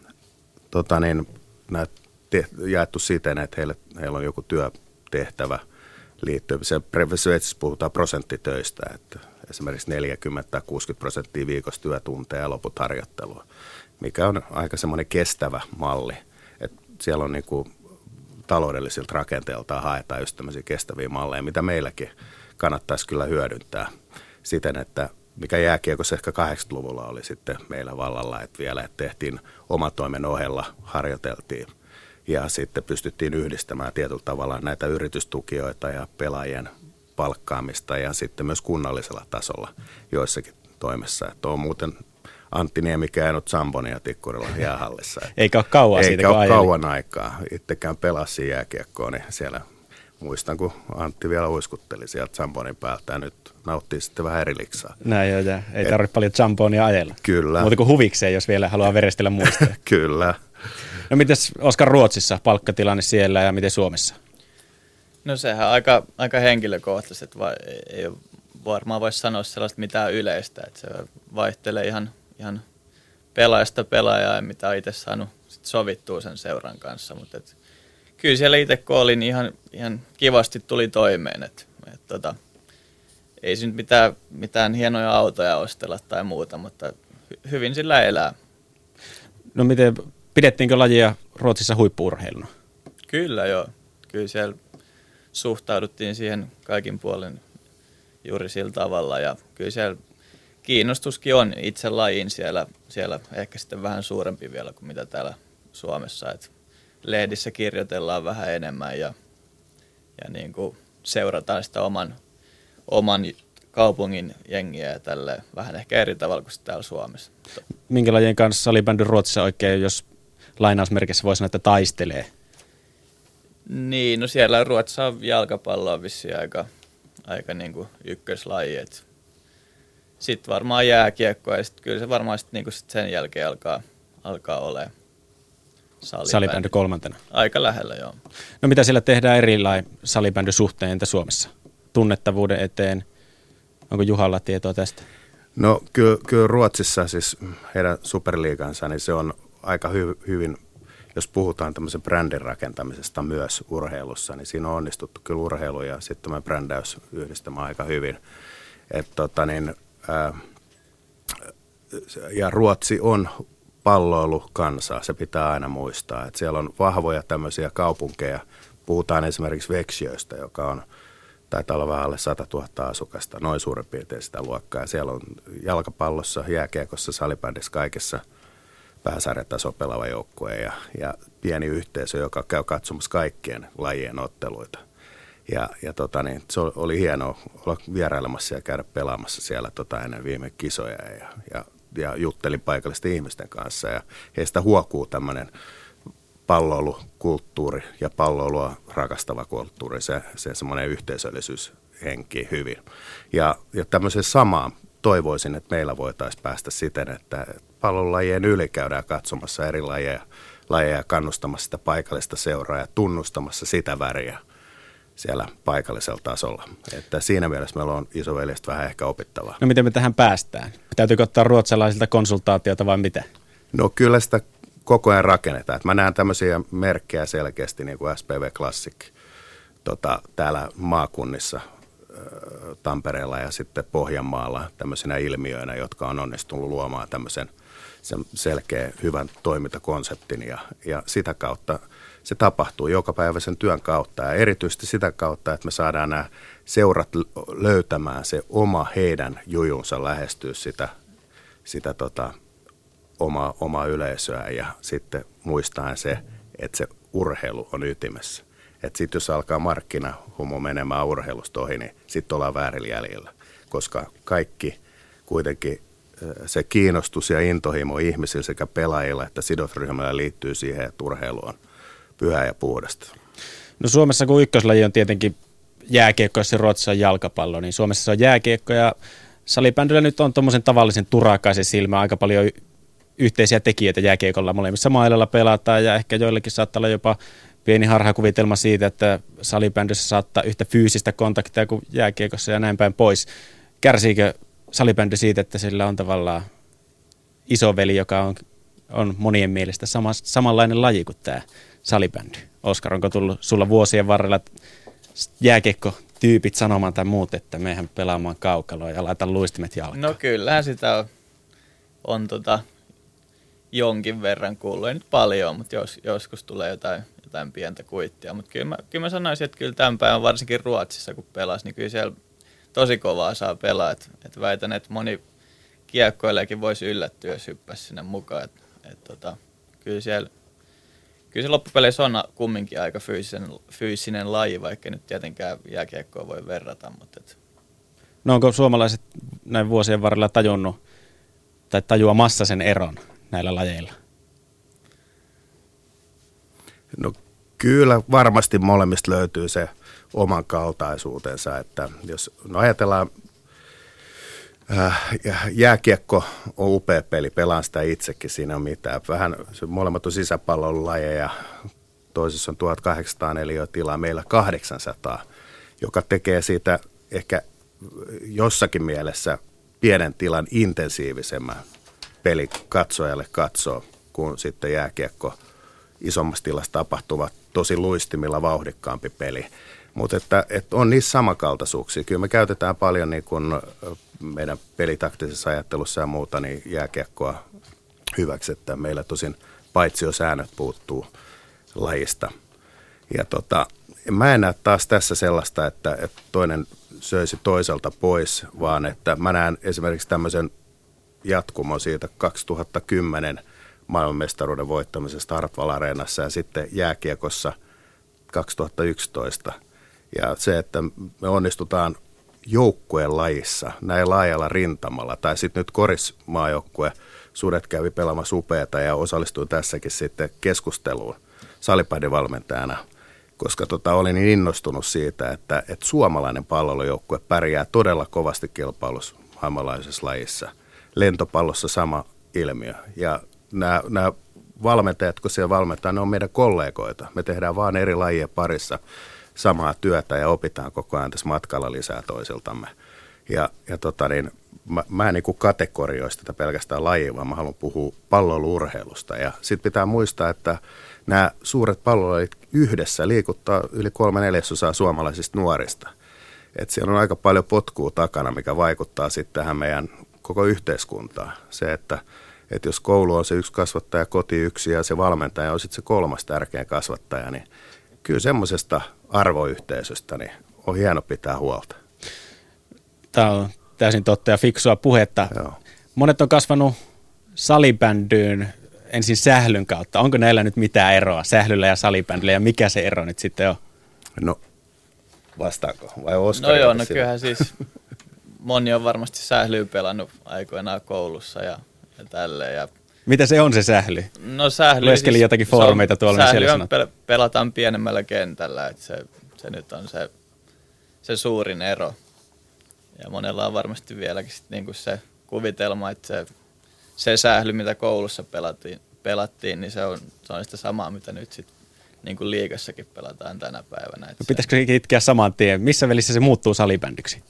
tota niin, te, jaettu siten, että heille, heillä on joku työtehtävä liittyen. Sveitsissä puhutaan prosenttitöistä, että esimerkiksi neljäkymmentä kuusikymmentä prosenttia viikossa työtunteja ja loput harjoittelua, mikä on aika semmoinen kestävä malli. Että siellä on niinku taloudellisilta rakenteeltaan haetaan just tämmöisiä kestäviä malleja, mitä meilläkin kannattaisi kyllä hyödyntää siten, että mikä jääkiekossa ehkä kahdeksankymmentäluvulla oli sitten meillä vallalla, että vielä että tehtiin oman toimen ohella, harjoiteltiin ja sitten pystyttiin yhdistämään tietyllä tavalla näitä yritystukijoita ja pelaajien palkkaamista ja sitten myös kunnallisella tasolla joissakin toimessa. Että on muuten Antti Niemi käynyt Zambonia Tikkurilla jäähallissa. Eikä ole kauan siitä, Eikä ole kauan aikaa. Itsekään pelasi jääkiekkoa, niin siellä muistan, kun Antti vielä uiskutteli sieltä Zambonin päältä ja nyt nauttii sitten vähän eri liksaa. Näin joo, ja ei tarvitse paljon Zambonia ajella. Kyllä. Muuta kuin huvikseen, jos vielä haluaa verestellä muista. Kyllä. No mites Oskar Ruotsissa, palkkatilanne siellä ja miten Suomessa? No sehän aika, aika henkilökohtaisesti, että va, ei ole varmaan voisi sanoa sellaista mitään yleistä, että se vaihtelee ihan, ihan pelaajasta pelaajaa ja mitä on itse saanut sit sovittua sen seuran kanssa, mutta et, kyllä siellä itse kun olin, niin ihan, ihan kivasti tuli toimeen, että et, tota, ei se nyt mitään, mitään hienoja autoja ostella tai muuta, mutta hy, hyvin sillä elää. No miten, pidettiinkö lajia Ruotsissa huippu-urheiluna? Kyllä joo, kyllä siellä suhtauduttiin siihen kaikin puolin juuri sillä tavalla ja kyllä siellä kiinnostuskin on itse lajiin siellä, siellä ehkä sitten vähän suurempi vielä kuin mitä täällä Suomessa, että lehdissä kirjoitellaan vähän enemmän ja, ja niin kuin seurataan sitä oman, oman kaupungin jengiä ja tälleen vähän ehkä eri tavalla kuin täällä Suomessa. Minkä lajien kanssa salibändy Ruotsissa oikein, jos lainausmerkissä voi sanoa, että taistelee? Niin, no siellä Ruotsissa on jalkapalloa vissiin aika, aika niin kuin ykköslaji. Sitten varmaan jääkiekkoa ja sit kyllä se varmaan sit niin kuin sit sen jälkeen alkaa, alkaa olemaan. salibändy. Salibändy kolmantena. Aika lähellä, joo. No mitä siellä tehdään erilain salibändy suhteen entä Suomessa? Tunnettavuuden eteen. Onko Juhalla tietoa tästä? No kyllä, kyllä Ruotsissa siis heidän superliigansa, niin se on aika hy, hyvin, jos puhutaan tämmöisen brändin rakentamisesta myös urheilussa, niin siinä on onnistuttu kyllä urheilu ja sitten tämä brändäys yhdistämään aika hyvin. Et tota niin, ää, ja Ruotsi on palloilukansaa, se pitää aina muistaa. Et siellä on vahvoja tämmöisiä kaupunkeja, puhutaan esimerkiksi Växjöstä, joka on taitaa olla vähän alle sata tuhatta asukasta, noin suurin piirtein sitä luokkaa. Ja siellä on jalkapallossa, jääkiekossa, salibändissä, kaikessa pääsarjataso pelaava joukkue ja, ja pieni yhteisö, joka käy katsomassa kaikkien lajien otteluita. Ja, ja tota niin, se oli hienoa olla vierailemassa ja käydä pelaamassa siellä tota ennen viime kisoja ja, ja, ja juttelin paikallisten ihmisten kanssa. Ja heistä huokuu tämmöinen palloilukulttuuri ja palloilua rakastava kulttuuri, se, se semmoinen yhteisöllisyyshenki hyvin. Ja, ja tämmöisen samaan toivoisin, että meillä voitaisiin päästä siten, että pallolajien yli käydään katsomassa eri lajeja, lajeja kannustamassa sitä paikallista seuraa ja tunnustamassa sitä väriä siellä paikallisella tasolla. Että siinä mielessä meillä on isoveljestä vähän ehkä opittavaa. No miten me tähän päästään? Täytyykö ottaa ruotsalaisilta konsultaatiota vai mitä? No kyllä sitä koko ajan rakennetaan. Mä näen tämmöisiä merkkejä selkeästi, niin kuin S P V Classic tota, täällä maakunnissa, Tampereella ja sitten Pohjanmaalla tämmöisenä ilmiöinä, jotka on onnistunut luomaan tämmöisen selkeä hyvän toimintakonseptin ja, ja sitä kautta se tapahtuu jokapäiväisen työn kautta ja erityisesti sitä kautta, että me saadaan nämä seurat löytämään se oma heidän jujunsa lähestyä sitä, sitä tota, omaa, omaa yleisöä ja sitten muistaen se, että se urheilu on ytimessä. Että sitten jos alkaa markkinahumo menemään urheilusta ohi, niin sitten ollaan väärillä jäljellä, koska kaikki kuitenkin se kiinnostus ja intohimo ihmisillä sekä pelaajilla että sidosryhmällä liittyy siihen, että urheilu on pyhä ja puhdasta. No Suomessa kun ykköslaji on tietenkin jääkiekko, jos se Ruotsissa on jalkapallo, niin Suomessa se on jääkiekko ja salibändillä nyt on tuommoisen tavallisen turakaisen silmä aika paljon yhteisiä tekijöitä jääkiekolla. Molemmissa mailalla pelataan ja ehkä joillekin saattaa olla jopa pieni harhakuvitelma siitä, että salibändyssä saattaa yhtä fyysistä kontaktia kuin jääkiekossa ja näin päin pois. Kärsiikö salibändy siitä, että sillä on tavallaan isoveli, joka on, on monien mielestä sama, samanlainen laji kuin tämä salibändy? Oskar, onko tullut sulla vuosien varrella jääkiekkotyypit sanomaan tai muut, että mehän pelaamaan kaukaloa ja laita luistimet jalkaan? No kyllähän sitä on, on tota, jonkin verran kuullut. Ei nyt paljon, mutta jos, joskus tulee jotain, jotain pientä kuittia. Mutta kyllä mä, kyllä mä sanoisin, että kyllä tämän päivän varsinkin Ruotsissa kun pelasi, niin kyllä siellä tosi kovaa saa pelaa. Et, et väitän, että moni kiekkoilijakin voisi yllättyä, jos hyppäisi sinne mukaan. Et, et tota, kyllä, siellä, kyllä se loppupeleissä on kumminkin aika fyysinen, fyysinen laji, vaikka nyt tietenkään jääkiekkoa voi verrata. Mutta et. No onko suomalaiset näin vuosien varrella tajunnut tai tajuamassa sen eron näillä lajeilla? No kyllä varmasti molemmista löytyy se oman kaltaisuutensa, että jos no ajatellaan, äh, jääkiekko on upea peli, pelaan sitä itsekin, siinä on mitään. Vähän se molemmat on sisäpallon lajeja, toisessa on tuhatkahdeksansataa neliötilaa, meillä kahdeksansataa, joka tekee siitä ehkä jossakin mielessä pienen tilan intensiivisemmän peli katsojalle katsoo, kun sitten jääkiekko isommassa tilassa tapahtuva tosi luistimilla vauhdikkaampi peli. Mutta että, että on niissä samankaltaisuuksia. Kyllä me käytetään paljon niin kun meidän pelitaktisessa ajattelussa ja muuta niin jääkiekkoa hyväksi, että meillä tosin paitsi jo säännöt puuttuu lajista. Ja tota, mä en näe taas tässä sellaista, että, että toinen söisi toiselta pois, vaan että mä näen esimerkiksi tämmöisen jatkumo siitä kaksituhattakymmenen maailmanmestaruuden voittamisesta Hartwall Areenassa ja sitten jääkiekossa kaksituhattayksitoista. Ja se, että me onnistutaan joukkueen lajissa näin laajalla rintamalla, tai sitten nyt korismaajoukkue Sudet kävi pelaamassa upeata ja osallistui tässäkin sitten keskusteluun salibändivalmentajana, koska tota, olin niin innostunut siitä, että, että suomalainen palloilujoukkue pärjää todella kovasti kilpailussa maailmanlaajuisessa lajissa. Lentopallossa sama ilmiö. Ja nämä, nämä valmentajat, kun siellä valmentaa, ne on meidän kollegoita. Me tehdään vaan eri lajien parissa samaa työtä ja opitaan koko ajan tässä matkalla lisää toisiltamme. Ja, ja tota niin, mä, mä en niin kuin kategorioista tätä pelkästään lajia, vaan mä haluan puhua palloiluurheilusta. Ja sitten pitää muistaa, että nämä suuret pallolajit yhdessä liikuttaa yli kolme neljäsosaa suomalaisista nuorista. Et siellä on aika paljon potkua takana, mikä vaikuttaa sitten tähän meidän koko yhteiskuntaan. Se, että, että jos koulu on se yksi kasvattaja, koti yksi ja se valmentaja on sitten se kolmas tärkeä kasvattaja, niin kyllä semmoisesta arvoyhteisöstä niin on hieno pitää huolta. Tämä on täysin totta ja fiksua puhetta. Joo. Monet on kasvanut salibändyyn ensin sählyn kautta. Onko näillä nyt mitään eroa sählyllä ja salibändillä ja mikä se ero nyt sitten on? No, vastaanko? Vai Oskari? No joo, no kyllähän siis moni on varmasti sählyä pelannut aikoinaan koulussa ja, ja tälleen. Ja mitä se on se sähly? no sähly Lueskelin siis, jotakin foorumeita tuolla, niin siellä sählyä pel- pelataan pienemmällä kentällä, että se, se nyt on se, se suurin ero. Ja monella on varmasti vieläkin sit niinku se kuvitelma, että se, se sähly, mitä koulussa pelattiin, pelattiin niin se on, se on sitä samaa, mitä nyt sitten niinku liigassakin pelataan tänä päivänä. No, pitäisikö kitkeä saman tien? Missä välissä se muuttuu salibändyksi?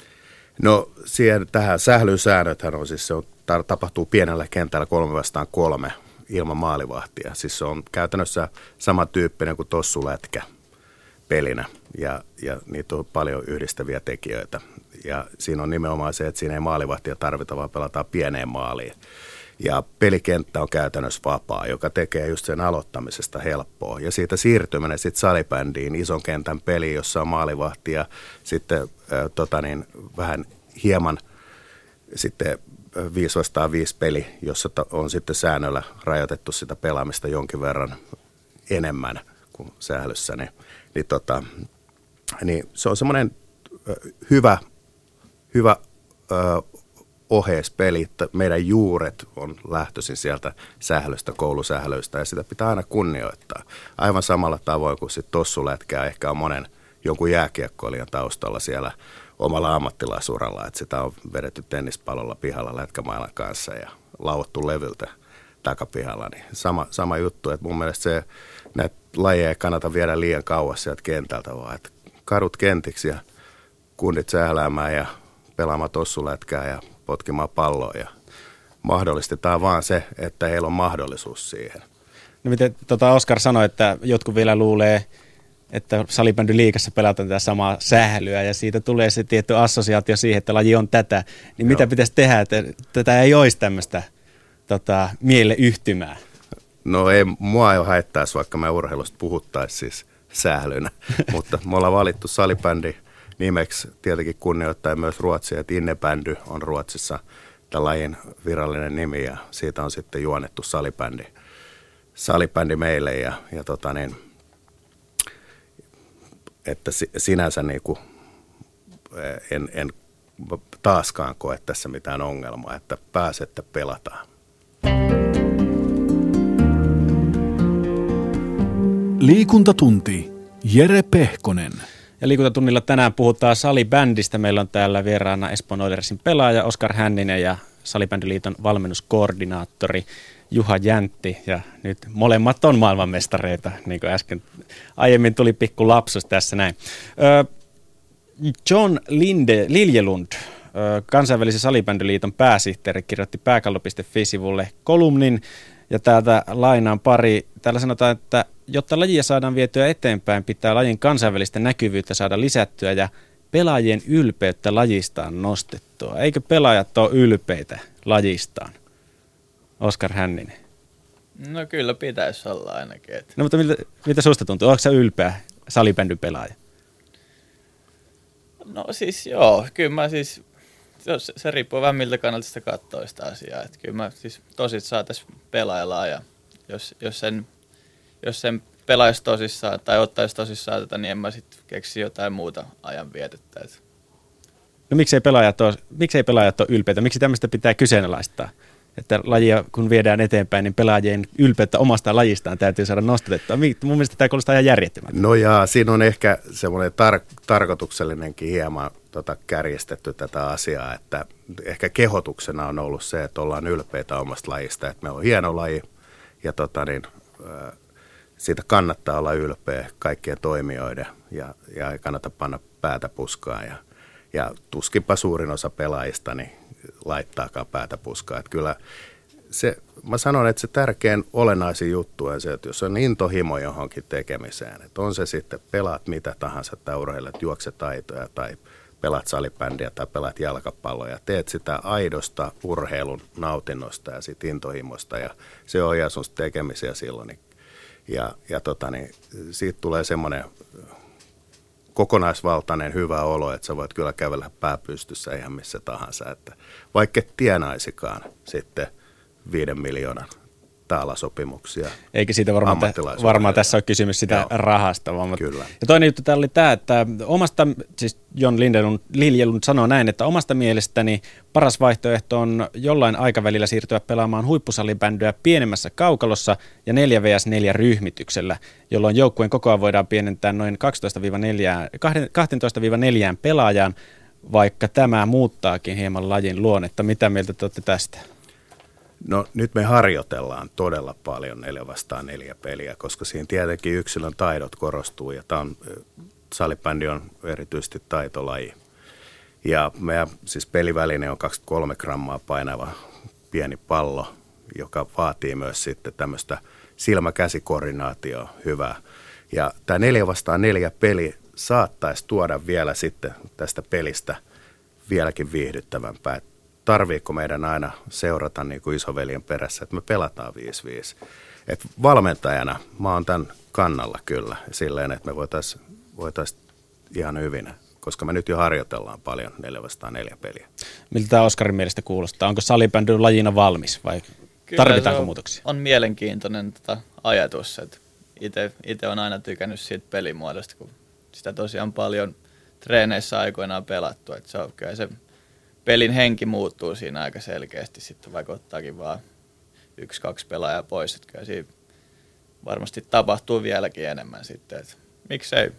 No siihen tähän sählysäännöthän on siis se on, tapahtuu pienellä kentällä kolme vastaan kolme ilman maalivahtia. Siis se on käytännössä samantyyppinen kuin tossulätkä pelinä ja, ja niitä on paljon yhdistäviä tekijöitä. Ja siinä on nimenomaan se, että siinä ei maalivahtia tarvita, vaan pelataan pieneen maaliin. Ja pelikenttä on käytännössä vapaa, joka tekee just sen aloittamisesta helppoa. Ja siitä siirtyminen sitten salibändiin, ison kentän peliin, jossa on maalivahti ja sitten äh, tota niin, vähän hieman sitten viisi vastaan viisi peli, jossa on sitten säännöllä rajoitettu sitä pelaamista jonkin verran enemmän kuin sählyssä. Niin, niin, tota, niin se on semmoinen äh, hyvä, hyvä äh, oheispeli, että meidän juuret on lähtöisin sieltä sählöstä, koulusählöistä ja sitä pitää aina kunnioittaa. Aivan samalla tavoin kuin sitten tossulätkää ehkä on monen jonkun jääkiekkoilijan taustalla siellä omalla ammattilaisuralla, että sitä on vedetty tennispallolla pihalla lätkämailan kanssa ja lauottu levyltä takapihalla. Niin sama, sama juttu, että mun mielestä se, näitä lajeja ei kannata viedä liian kauas sieltä kentältä, vaan että kadut kentiksi ja kundit sähläämään ja pelaamaan tossulätkää ja potkimaan palloa ja mahdollistetaan vaan se, että heillä on mahdollisuus siihen. No miten tota Oskar sanoi, että jotkut vielä luulee, että salibändy liigassa pelataan tätä samaa sählyä ja siitä tulee se tietty assosiaatio siihen, että laji on tätä. Niin Joo. mitä pitäisi tehdä, että tätä ei olisi tämmöistä tota, mieleyhtymää? No ei, mua ei haittaisi, vaikka me urheilusta puhuttaisiin siis sählynä, mutta me ollaan valittu salibändi nimeksi tietenkin kunnioittain myös Ruotsia, että innebändy on Ruotsissa tämän lajin virallinen nimi ja siitä on sitten juonettu salibändi, salibändi meille ja, ja tota niin, että sinänsä niin kuin en, en taaskaan koe tässä mitään ongelmaa, että pääsette pelataan. Liikuntatunti. Jere Pehkonen. Ja liikuntatunnilla tänään puhutaan salibändistä. Meillä on täällä vieraana Espoon Oilersin pelaaja Oskar Hänninen ja Salibändyliiton valmennuskoordinaattori Juha Jäntti. Ja nyt molemmat on maailmanmestareita, niin kuin äsken aiemmin tuli pikku lapsus tässä näin. John Linde, Liljelund, kansainvälisen salibändyliiton pääsihteeri, kirjoitti pääkallo piste fi-sivulle kolumnin. Ja täältä lainaan pari. Täällä sanotaan, että jotta lajia saadaan vietyä eteenpäin, pitää lajin kansainvälistä näkyvyyttä saada lisättyä ja pelaajien ylpeyttä lajistaan nostettua. Eikö pelaajat ole ylpeitä lajistaan? Oskar Hänninen. No kyllä pitäisi olla ainakin. Että. No mutta miltä, miltä susta tuntuu? Oletko sä ylpeä salibändyn pelaaja? No siis joo, kyllä mä siis, se, se riippuu vähän miltä kannalta sitä katsoo sitä asiaa. Että kyllä mä siis tosissaan tässä pelaillaan ja jos, jos sen... Jos sen pelaisi tosissaan tai ottaisi tosissaan tätä, niin en mä sitten keksi jotain muuta ajanvietettä. No miksei pelaajat ole, miksei pelaajat ole ylpeitä? Miksi tämmöistä pitää kyseenalaistaa? Että lajia kun viedään eteenpäin, niin pelaajien ylpeyttä omasta lajistaan täytyy saada nostatettua. Mun mielestä tämä kuulostaa ihan järjettömältä. No ja siinä on ehkä semmoinen tar- tarkoituksellinenkin hieman tota, kärjestetty tätä asiaa, että ehkä kehotuksena on ollut se, että ollaan ylpeitä omasta lajista, että me on hieno laji. ja tota niin, siitä kannattaa olla ylpeä kaikkien toimijoiden ja, ja ei kannata panna päätä puskaan. Ja, ja tuskinpa suurin osa pelaajista niin laittaakaan päätä puskaan. Että kyllä se, mä sanon, että se tärkein olennaisin juttu on se, että jos on intohimo johonkin tekemiseen, että on se sitten pelaat mitä tahansa tai urheilet juoksetaitoja tai pelaat salibändiä tai pelaat jalkapalloa ja teet sitä aidosta urheilun nautinnosta ja sit intohimosta ja se ohjaa sun tekemisiä silloin. Ja, ja tota niin, siitä tulee semmoinen kokonaisvaltainen hyvä olo, että sä voit kyllä kävellä pääpystyssä ihan missä tahansa, että vaikka et tienaisikaan sitten viiden miljoonan taalasopimuksia. Eikä siitä varmaan, tä, varmaan tässä ole kysymys sitä Joo. rahasta. Vaan Kyllä. Ja toinen juttu täällä oli tämä, että omasta, siis Jon Liljelund, Liljelund sanoo näin, että omasta mielestäni paras vaihtoehto on jollain aikavälillä siirtyä pelaamaan huippusalibändyä pienemmässä kaukalossa ja neljä vastaan neljä ryhmityksellä, jolloin joukkueen kokoa voidaan pienentää noin kaksitoista neljään pelaajaan, vaikka tämä muuttaakin hieman lajin luonnetta. Mitä mieltä te olette tästä? No nyt me harjoitellaan todella paljon neljä vastaan neljä peliä, koska siinä tietenkin yksilön taidot korostuu ja tämä on, salibändi on erityisesti taitolaji. Ja meidän siis peliväline on kaksikymmentäkolme grammaa painava pieni pallo, joka vaatii myös sitten tämmöistä silmä-käsikoordinaatioa hyvää. Ja tämä neljä vastaan neljä peli saattaisi tuoda vielä sitten tästä pelistä vieläkin viihdyttävämpää. Tarviiko meidän aina seurata niin kuin isoveljen perässä, että me pelataan viisi viisi. Et valmentajana mä oon tämän kannalla kyllä silleen, että me voitaisiin voitais ihan hyvin, koska me nyt jo harjoitellaan paljon neljä vastaan neljä peliä. Miltä tämä Oskarin mielestä kuulostaa? Onko salibändy lajina valmis vai kyllä tarvitaanko muutoksia? On mielenkiintoinen tota ajatus, että itse on aina tykännyt siitä pelimuodosta, kun sitä tosiaan paljon treeneissä aikoinaan pelattu, että se on kyllä se pelin henki muuttuu siinä aika selkeästi sitten, vaikka ottaakin vaan yksi, kaksi pelaajaa pois. Että kyllä siinä varmasti tapahtuu vieläkin enemmän sitten, että miksei.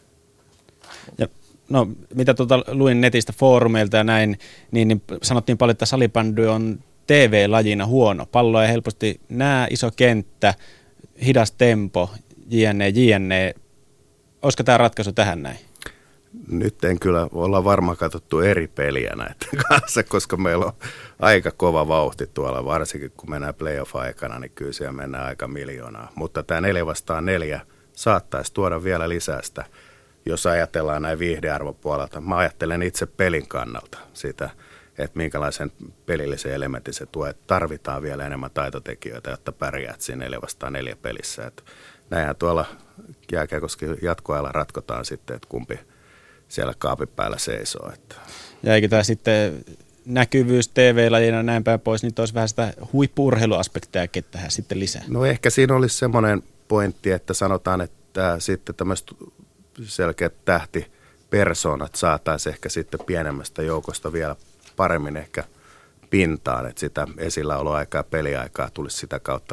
Ja, no, mitä tuota luin netistä foorumeilta ja näin, niin, niin sanottiin paljon, että salibändy on T V-lajina huono. Pallo ei helposti näe, iso kenttä, hidas tempo, jne, jne. Olisiko tämä ratkaisu tähän näin? Nyt en kyllä, olla varmaan katsottu eri peliä näiden kanssa, koska meillä on aika kova vauhti tuolla, varsinkin kun mennään playoff-aikana, niin kyllä siellä mennään aika miljoonaa. Mutta tämä neljä vastaan neljä saattaisi tuoda vielä lisää sitä, jos ajatellaan näin viihdearvon puolelta. Mä ajattelen itse pelin kannalta sitä, että minkälaisen pelillisen elementin se tuo, että tarvitaan vielä enemmän taitotekijöitä, jotta pärjäät siinä neljä vastaan neljä pelissä. Että näinhän tuolla jääkiekossakin jatkoajalla ratkotaan sitten, että kumpi siellä kaapin päällä seisoo. Että. Ja eikö tämä sitten näkyvyys T V-lajina näin päin pois, niin olisi vähän sitä huippu-urheiluaspektejakin tähän sitten lisää? No ehkä siinä olisi semmoinen pointti, että sanotaan, että sitten tämmöiset selkeät tähtipersoonat saataisiin ehkä sitten pienemmästä joukosta vielä paremmin ehkä pintaan, että sitä esilläoloaikaa ja peliaikaa tulisi sitä kautta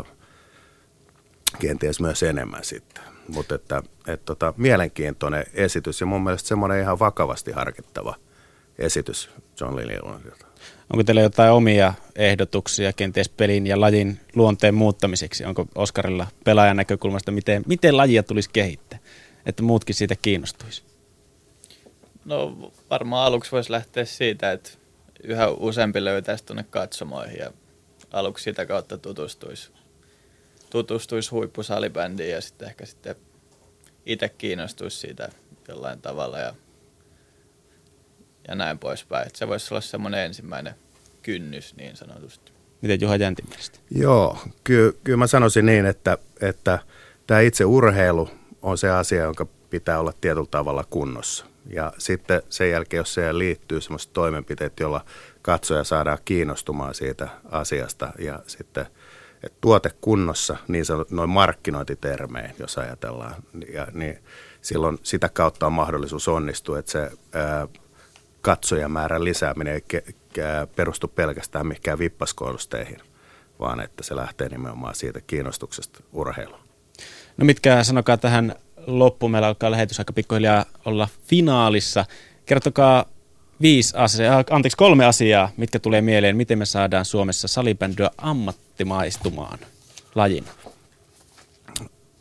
kenties myös enemmän sitten. Mutta että, et tota, mielenkiintoinen esitys ja mun mielestä semmoinen ihan vakavasti harkittava esitys Jon Liljelundilta. Onko teillä jotain omia ehdotuksia kenties pelin ja lajin luonteen muuttamiseksi? Onko Oskarilla pelaajan näkökulmasta, miten, miten lajia tulisi kehittää, että muutkin siitä kiinnostuisi? No varmaan aluksi voisi lähteä siitä, että yhä useampi löytäisi tuonne katsomoihin ja aluksi sitä kautta tutustuisi. tutustuisi huippusalibändiin ja sitten ehkä sitten itse kiinnostuisi siitä jollain tavalla ja, ja näin poispäin. Että se voisi olla semmoinen ensimmäinen kynnys niin sanotusti. Miten Juha Jäntin mielestä? Joo, kyllä, kyllä mä sanoisin niin, että, että tämä itse urheilu on se asia, jonka pitää olla tietyllä tavalla kunnossa. Ja sitten sen jälkeen, jos siihen liittyy sellaiset toimenpiteet, joilla katsoja saadaan kiinnostumaan siitä asiasta ja sitten että tuote kunnossa, niin sanot, noin markkinointitermein, jos ajatellaan, ja, niin silloin sitä kautta on mahdollisuus onnistua, että se ää, katsojamäärän lisääminen ei ke, ää, perustu pelkästään mihinkään vippaskoulusteihin, vaan että se lähtee nimenomaan siitä kiinnostuksesta urheiluun. No mitkä, sanokaa tähän loppuun, meillä alkaa lähetys aika pikkuhiljaa olla finaalissa. Kertokaa viisi asiaa, anteeksi kolme asiaa, mitkä tulee mieleen, miten me saadaan Suomessa salibändyä ammattimaistumaan lajina.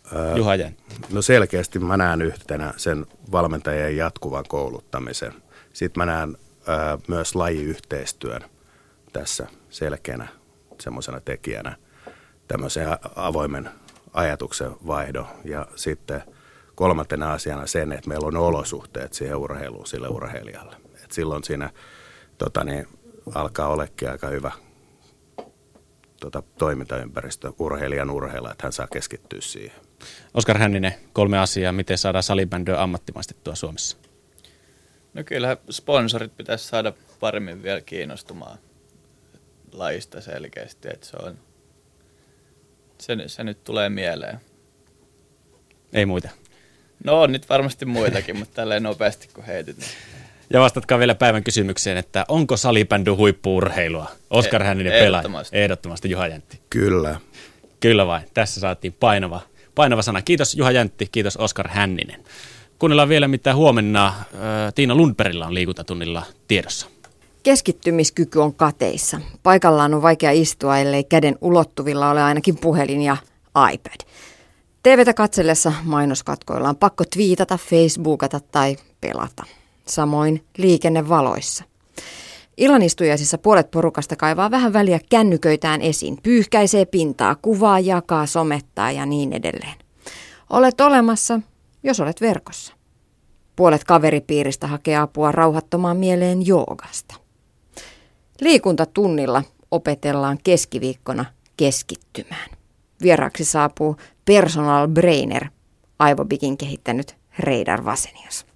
Juha Jäntti? No selkeästi mä näen yhtenä sen valmentajien jatkuvan kouluttamisen. Sitten mä näen ää, myös lajiyhteistyön tässä selkeänä semmoisena tekijänä, tämmöisen avoimen ajatuksen vaihdo. Ja sitten kolmantena asiana sen, että meillä on olosuhteet siihen urheiluun sille urheilijalle. Et silloin siinä tota niin, alkaa olekin aika hyvä tota, toimintaympäristö urheilijan urheilla, että hän saa keskittyä siihen. Oskar Hänninen, kolme asiaa, miten saadaan salibändyä ammattimaistettua Suomessa? No kyllä sponsorit pitäisi saada paremmin vielä kiinnostumaan lajista selkeästi, että se on, se, se nyt tulee mieleen. Ei muita. No on nyt varmasti muitakin, mutta tälleen nopeasti kun heitit. Niin. Ja vastatkaa vielä päivän kysymykseen, että onko salibändy huippu-urheilua? Oskar e- Hänninen pelaaja. Ehdottomasti. Ehdottomasti Juha Jäntti. Kyllä. Kyllä vain. Tässä saatiin painava, painava sana. Kiitos Juha Jäntti, kiitos Oskar Hänninen. Kuunnellaan vielä, mitä huomenna äh, Tiina Lundbergilla on liikuntatunnilla tiedossa. Keskittymiskyky on kateissa. Paikallaan on vaikea istua, ellei käden ulottuvilla ole ainakin puhelin ja iPad. T V:tä katsellessa mainoskatkoilla on pakko twiitata, facebookata tai pelata. Samoin liikennevaloissa. Illanistujaisissa puolet porukasta kaivaa vähän väliä kännyköitään esiin, pyyhkäisee pintaa, kuvaa, jakaa, somettaa ja niin edelleen. Olet olemassa, jos olet verkossa. Puolet kaveripiiristä hakee apua rauhattomaan mieleen joogasta. Liikuntatunnilla opetellaan keskiviikkona keskittymään. Vieraaksi saapuu personal brainer, aivobikin kehittänyt Reidar Vasenius.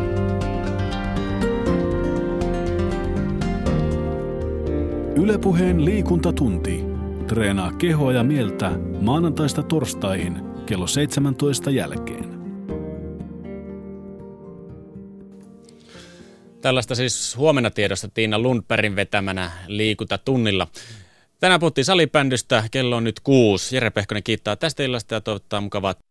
Yle Puheen liikuntatunti. Treenaa kehoa ja mieltä maanantaista torstaihin kello seitsemäntoista jälkeen. Tällaista siis huomenna tiedosta Tiina Lundbergin vetämänä liikuntatunnilla. Tänään puhuttiin salibändystä, kello on nyt kuusi. Jere Pehkonen kiittää tästä illasta ja toivottaa mukavaa